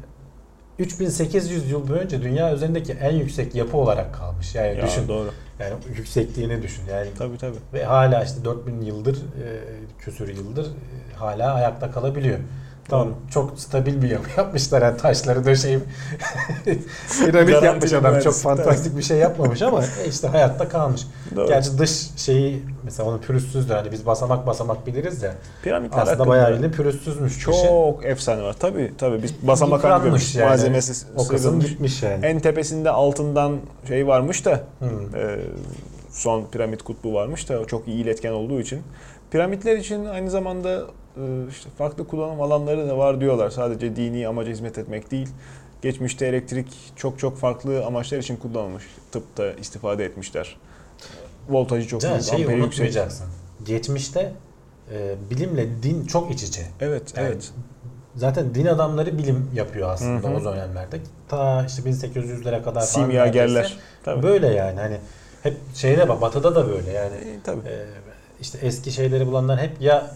3800 yıl boyunca dünya üzerindeki en yüksek yapı olarak kalmış. Yani Ya, düşün. doğru. Yani yüksekliğini düşün. Yani Tabii tabii. ve hala işte 4000 yıldır küsür yıldır hala ayakta kalabiliyor. Tamam, çok stabil bir yapı yapmışlar. Yani taşları döşeyip piramit Garantili yapmış adam. Çok mühendislik, fantastik bir şey yapmamış ama işte hayatta kalmış. Doğru. Gerçi dış şeyi mesela onun pürüzsüzdür. Hani biz basamak basamak biliriz ya. Piramitler Aslında hakkında bayağı bildiğin pürüzsüzmüş dışı. çok efsane var. Tabii biz basamak Yıpranmış görmüş. yani. Malzemesi O kısım sıyrılmış. gitmiş yani. En tepesinde altından şey varmış da Hmm. son piramit kutbu varmış da o çok iyi iletken olduğu için. Piramitler için aynı zamanda işte farklı kullanım alanları da var diyorlar. Sadece dini amaca hizmet etmek değil. Geçmişte elektrik çok farklı amaçlar için kullanılmış. Tıpta istifade etmişler. Voltajı çok Can, büyük, şeyi amperi yüksek. unutmayacaksın. Geçmişte bilimle din çok iç içe. Evet, Yani evet. Zaten din adamları bilim yapıyor aslında Hı hı. o dönemlerde. Ta işte 1800'lere kadar falan Simyagerler. neredeyse Tabii. böyle yani hani hep şeyde bak Batı'da da böyle yani Tabii. işte eski şeyleri bulanlar hep ya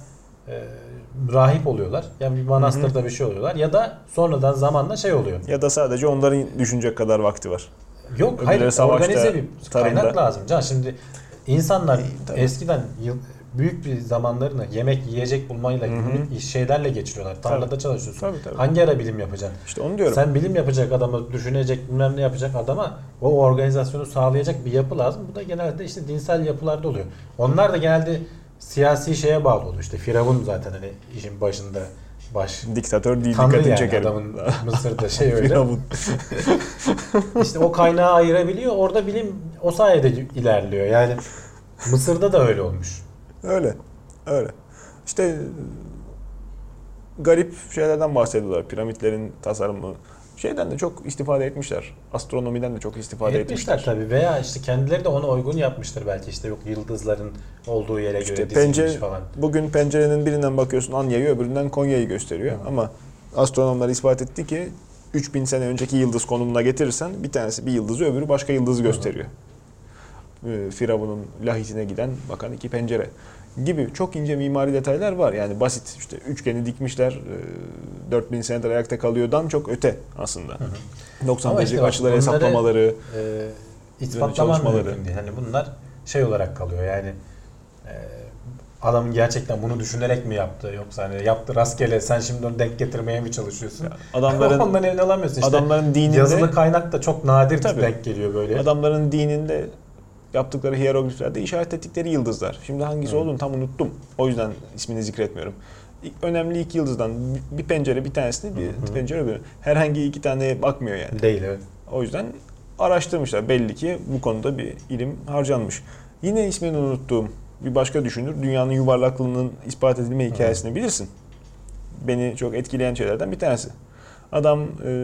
rahip oluyorlar ya bir manastırda bir şey oluyorlar ya da sonradan zamanla şey oluyor. Ya da sadece onların düşünecek kadar vakti var. Yok Öbürleri hayır savaşta, organize bir kaynak tarımda. lazım. Can şimdi insanlar Tabii. eskiden büyük bir zamanlarını yemek yiyecek bulmayla günlük şeylerle geçiriyorlar. Tarlada çalışıyorsun. Tabii. Hangi ara bilim yapacaksın? İşte onu diyorum. Sen bilim yapacak adamı, düşünecek, bilmem ne yapacak adama o organizasyonu sağlayacak bir yapı lazım. Bu da genelde işte dinsel yapılarda oluyor. Onlar da genelde siyasi şeye bağlı oluyor. İşte Firavun zaten hani işin başında baş Diktatör değil, tanrı dikkatini yani çekerim. adamın Mısır'da şey öyle. Firavun. İşte o kaynağı ayırabiliyor. Orada bilim o sayede ilerliyor. Yani Mısır'da da öyle olmuş. Öyle. İşte garip şeylerden bahsediyorlar. Piramitlerin tasarımı. Şeyden de çok istifade etmişler. Astronomiden de çok istifade etmişler. Tabii veya işte kendileri de ona uygun yapmıştır belki işte yok yıldızların olduğu yere göre dizilmiş falan. Bugün pencerenin birinden bakıyorsun Anya'yı öbüründen Konya'yı gösteriyor. Ama astronomlar ispat etti ki 3000 sene önceki yıldız konumuna getirirsen bir tanesi bir yıldızı öbürü başka yıldızı gösteriyor. Firavun'un lahitine giden bakan iki pencere gibi çok ince mimari detaylar var. Yani basit işte üçgeni dikmişler 4000 senedir ayakta kalıyordan çok öte aslında. 90 derecelik işte açıları bunları, hesaplamaları, ispatlaman çalışmaları. mümkün değil. Hani bunlar şey olarak kalıyor yani adamın gerçekten bunu düşünerek mi yaptı yoksa hani yaptı rastgele sen şimdi onu denk getirmeye mi çalışıyorsun? Adamların ondan emin olamıyorsun. İşte adamların dininde yazılı kaynak da çok nadir Tabii. denk geliyor böyle. Adamların dininde yaptıkları hierogliflerde işaret ettikleri yıldızlar. Şimdi hangisi olduğunu tam unuttum. O yüzden ismini zikretmiyorum. Önemli iki yıldızdan bir pencere bir tanesini bir pencere öbürü. Herhangi iki tane bakmıyor yani. Değil evet. O yüzden araştırmışlar. Belli ki bu konuda bir ilim harcanmış. Yine ismini unuttuğum bir başka düşünür. Dünyanın yuvarlaklığının ispat edilme hikayesini bilirsin. Beni çok etkileyen şeylerden bir tanesi. Adam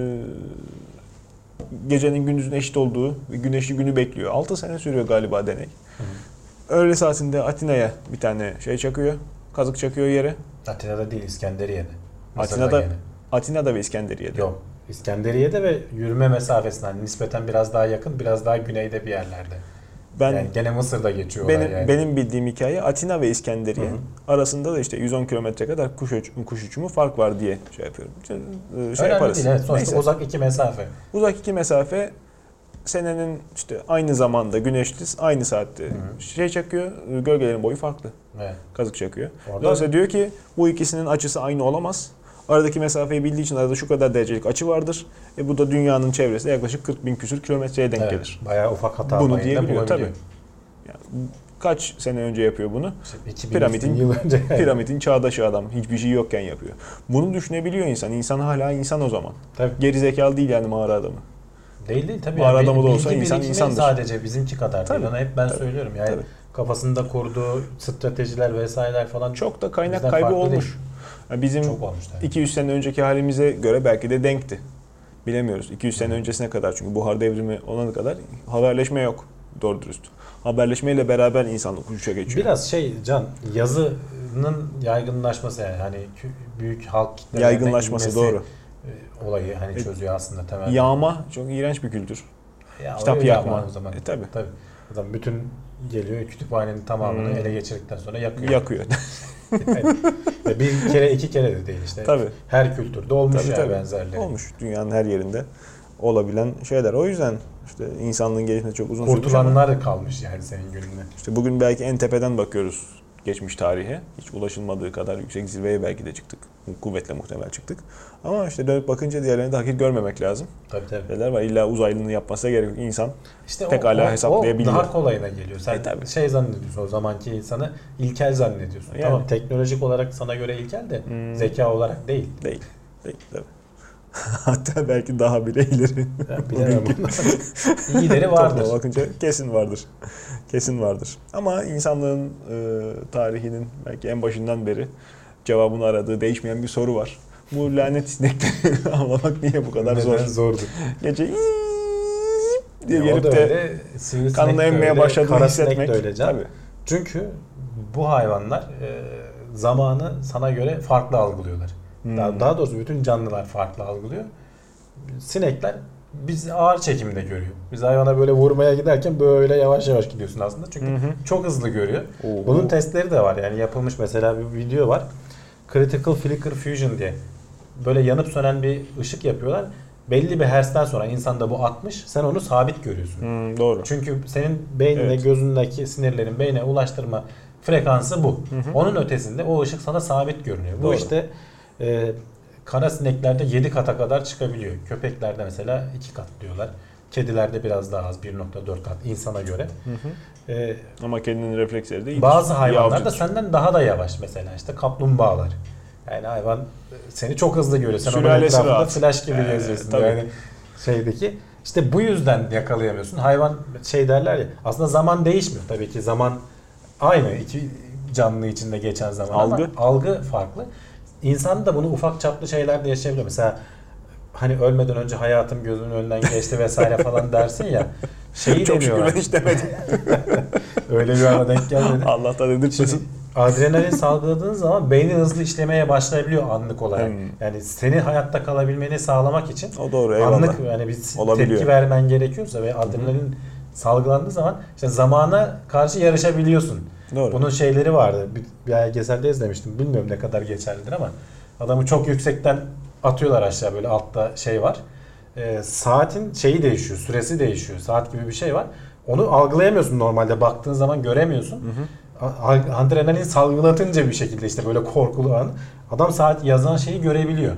gecenin gündüzün eşit olduğu ve güneşli günü bekliyor. 6 sene sürüyor galiba deney. Öğle saatinde Atina'ya bir tane şey çakıyor. Kazık çakıyor yere. Atina'da değil İskenderiye'de. Atina'da ve İskenderiye'de. Yok. İskenderiye'de ve yürüme mesafesinden nispeten biraz daha yakın, biraz daha güneyde bir yerlerde. Yani gene Mısır'da geçiyor yani. Benim bildiğim hikaye Atina ve İskenderiye arasında da işte 110 kilometre kadar kuş uçumu fark var diye şey yapıyorum. Önemli yaparız. değil. Evet. Sonuçta Neyse. uzak iki mesafe. Uzak iki mesafe senenin işte aynı zamanda güneşli aynı saatte şey çakıyor. Gölgelerin boyu farklı. Evet. Kazık çakıyor. Orada- Dolayısıyla diyor ki bu ikisinin açısı aynı olamaz. Aradaki mesafeyi bildiği için arada şu kadar derecelik açı vardır. Bu da dünyanın çevresinde yaklaşık 40 bin küsür kilometreye denk gelir. Bayağı ufak hata Bunu payında diyebiliyor tabii. bulabiliyor. Yani kaç sene önce yapıyor bunu? İşte 2000 yıl önce. Piramidin çağdaşı adam. Hiçbir şey yokken yapıyor. Bunu düşünebiliyor insan. İnsan hala insan o zaman. Tabii. Geri değil yani mağara adamı. Değil tabii. Mağara Yani adamı da olsa bilgi insan birikimi insandır. sadece bizimki kadar Tabii. değil. Ona hep ben söylüyorum. Yani Tabii. kafasında kurduğu stratejiler vesaireler falan Çok da kaynak bizden kaybı farklı olmuş. değil. Yani bizim Çok olmuş tabii. 200 sene önceki halimize göre belki de denkti. Bilemiyoruz. 200 sene öncesine kadar çünkü buhar devrimi olana kadar haberleşme yok doğru dürüst. Haberleşmeyle beraber insanlık uçuşa geçiyor. Biraz yazının yaygınlaşması yani hani büyük halk kitlelerine Yaygınlaşması, inmesi, doğru. Olayı hani çözüyor aslında temelde. Yağma çok iğrenç bir kültür. Ya kitap öyle yakma. ama o zaman. Tabii. Adam bütün geliyor kütüphanenin tamamını ele geçirdikten sonra yakıyor. Yakıyor. Yani bir kere iki kere de değil işte. Tabii. Her kültürde olmuş Tabii. benzerleri. Olmuş. Dünyanın her yerinde olabilen şeyler. O yüzden işte insanlığın gelişmesi çok uzun sürmüş ama Kurtulanlar kalmış yani senin gününe. işte bugün belki en tepeden bakıyoruz geçmiş tarihe. Hiç ulaşılmadığı kadar yüksek zirveye belki de çıktık. Kuvvetle muhtemel çıktık. Ama işte dönüp bakınca diğerlerini de hakir görmemek lazım. Tabii. Şeyler var. İlla uzaylının yapmasına gerek yok. İnsan İşte pekala hesaplayabiliyor. O daha kolayına geliyor. Sen şey zannediyorsun, o zamanki insanı ilkel zannediyorsun. Yani. Tamam, teknolojik olarak sana göre ilkel de zeka olarak değil. Değil. Tabii. Hatta belki daha bile ileri. Bilemem. İyileri vardır. Topluma bakınca kesin vardır. Ama insanlığın tarihinin belki en başından beri cevabını aradığı değişmeyen bir soru var. Bu lanet sinekleri avlamak niye bu kadar zor? Zordur. Gece diye gelip de öyle, kanını emmeye başladığını hissetmek. Öyle Tabii. Çünkü bu hayvanlar zamanı sana göre farklı algılıyorlar. Daha doğrusu bütün canlılar farklı algılıyor. Sinekler bizi ağır çekimde görüyor. Biz hayvana böyle vurmaya giderken böyle yavaş yavaş gidiyorsun aslında. Çünkü çok hızlı görüyor. Bunun testleri de var. Yani yapılmış mesela bir video var. Critical Flicker Fusion diye. Böyle yanıp sönen bir ışık yapıyorlar. Belli bir hertzten sonra insanda bu 60. Sen onu sabit görüyorsun. Doğru. Çünkü senin beynine, gözündeki sinirlerin beyne ulaştırma frekansı bu. Onun ötesinde o ışık sana sabit görünüyor. Doğru. Bu işte kara sineklerde 7 kata kadar çıkabiliyor. Köpeklerde mesela 2 kat diyorlar. Kedilerde biraz daha az, 1.4 kat insana göre. Ama kedinin refleksleri de iyi. Bazı hayvanlar da senden daha da yavaş, mesela işte kaplumbağalar. Yani hayvan seni çok hızlı görüyor. Sen onun etrafında flash gibi geziyorsun. Yani şeydeki. İşte bu yüzden yakalayamıyorsun. Hayvan şey derler ya, aslında zaman değişmiyor. Tabii ki zaman aynı. İki canlı içinde geçen zaman ama algı farklı. İnsan da bunu ufak çaplı şeylerde yaşayabiliyor. Mesela hani ölmeden önce hayatım gözümün önünden geçti vesaire falan dersin ya. Şeyi çok deniyorlar. şükür ben hiç demedim. Öyle bir ana denk gelmedi. Allah'tan dedirtmesin. Adrenalin salgıladığın zaman beynin hızlı işlemeye başlayabiliyor anlık olarak. Yani senin hayatta kalabilmeni sağlamak için o doğru, eyvallah. Anlık yani bir tepki vermen gerekiyorsa ve adrenalin salgılandığı zaman işte zamana karşı yarışabiliyorsun. Doğru. Bunun şeyleri vardı. Bir belgeselde izlemiştim. Bilmiyorum ne kadar geçerlidir ama adamı çok yüksekten atıyorlar aşağı, böyle altta şey var. Saatin şeyi değişiyor, süresi değişiyor. Saat gibi bir şey var. Onu algılayamıyorsun normalde. Baktığın zaman göremiyorsun. Adrenalin salgılatınca bir şekilde işte böyle korkulu an. Adam saat yazan şeyi görebiliyor.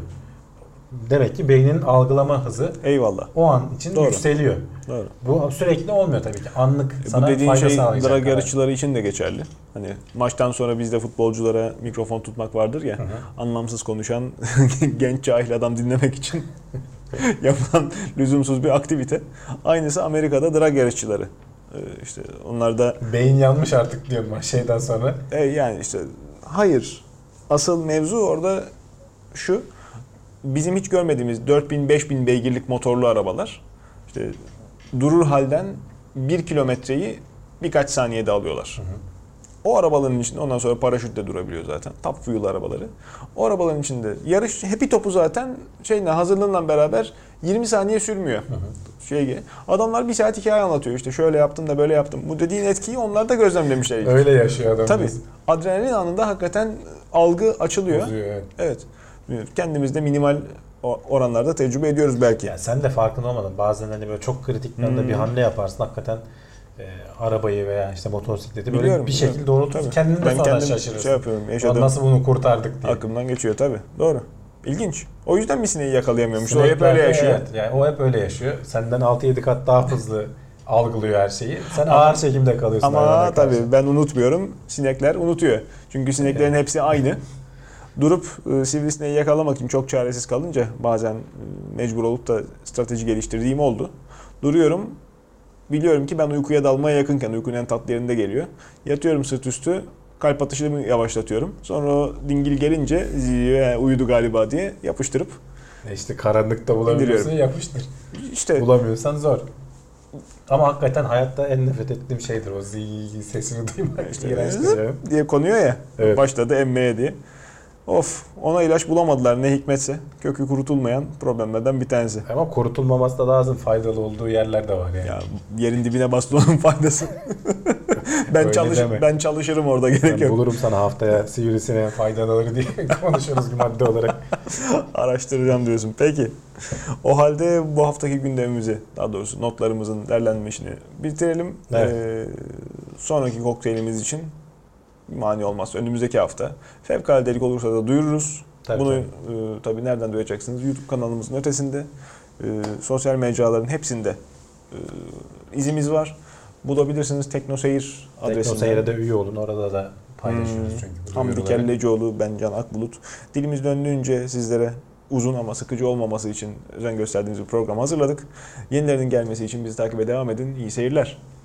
Demek ki beynin algılama hızı o an için yükseliyor. Doğru. Bu sürekli olmuyor tabii ki. Anlık sana fayda sağlayacak. Bu dediğin şey drag yarışçıları için de geçerli. Hani maçtan sonra bizde futbolculara mikrofon tutmak vardır ya. Anlamsız konuşan genç cahil adam dinlemek için yapılan lüzumsuz bir aktivite. Aynısı Amerika'da drag yarışçıları. İşte onlar da beyin yanmış artık diyorum şeyden sonra. Yani işte hayır. Asıl mevzu orada şu. Bizim hiç görmediğimiz 4000-5000 beygirlik motorlu arabalar işte durur halden 1 kilometreyi birkaç saniyede alıyorlar. O arabaların içinde ondan sonra paraşütle durabiliyor zaten. Top fuel arabaları. O arabaların içinde yarış hepi topu zaten hazırlığınla beraber 20 saniye sürmüyor. Adamlar 1 saat hikaye anlatıyor. İşte şöyle yaptım da böyle yaptım. Bu dediğin etkiyi onlar da gözlemlemişler. Öyle yaşıyor adam. Tabii. Adrenalin anında hakikaten algı açılıyor. Bozuyor, evet. Kendimiz de minimal oranlarda tecrübe ediyoruz belki. Yani sen de farkında olmadın. Bazen hani böyle çok kritik bir anda bir hamle yaparsın. Hakikaten arabayı veya işte motosikleti böyle bir şekilde doğrultursun. Kendini de sonra şaşırırsın. Şey yapıyorum, yaşadım. Nasıl bunu kurtardık diye. Aklımdan geçiyor tabii. Doğru. İlginç. O yüzden mi sineği yakalayamıyormuş? O hep öyle yaşıyor. Evet, yani o hep öyle yaşıyor. Senden 6-7 kat daha hızlı algılıyor her şeyi. Sen ağır çekimde kalıyorsun. Ama tabii ben unutmuyorum. Sinekler unutuyor. Çünkü sineklerin hepsi aynı. Durup sivrisineği yakalamak için çok çaresiz kalınca bazen mecbur olup da strateji geliştirdiğim oldu. Duruyorum. Biliyorum ki ben uykuya dalmaya yakınken, uykunun en tatlı yerinde geliyor. Yatıyorum sırt üstü, kalp atışımı yavaşlatıyorum. Sonra o dingil gelince uyudu galiba diye yapıştırıp işte karanlıkta bulamıyorsun, yapıştır. İşte bulamıyorsan zor. Ama hakikaten hayatta en nefret ettiğim şeydir o zil sesini duymak. İşte diye konuyor ya. Evet. Başladı emmeye diye. Of, ona ilaç bulamadılar ne hikmetse. Kökü kurutulmayan problemlerden bir tanesi. Ama kurutulmaması da lazım. Faydalı olduğu yerler de var yani. Ya yerin dibine bastonun faydası. ben çalışırım orada, gerek yok. Bulurum sana haftaya sivrisineğin faydaları diye konuşuruz bir madde olarak. Araştıracağım diyorsun. Peki. O halde bu haftaki gündemimizi, daha doğrusu notlarımızın derlenme işini bitirelim. Evet. Sonraki kokteylimiz için mani olmazsa önümüzdeki hafta. Fevkaladelik olursa da duyururuz. Tabii, Bunu tabii nereden duyacaksınız? YouTube kanalımızın ötesinde, sosyal mecraların hepsinde izimiz var. Bulabilirsiniz Teknoseyir adresinde. Teknoseyir'e de üye olun. Orada da paylaşıyoruz çünkü. Hamdi Kellecioğlu, ben Can Akbulut. Dilimiz döndüğünce sizlere uzun ama sıkıcı olmaması için özen gösterdiğimiz bir program hazırladık. Yenilerinin gelmesi için bizi takibe devam edin. İyi seyirler.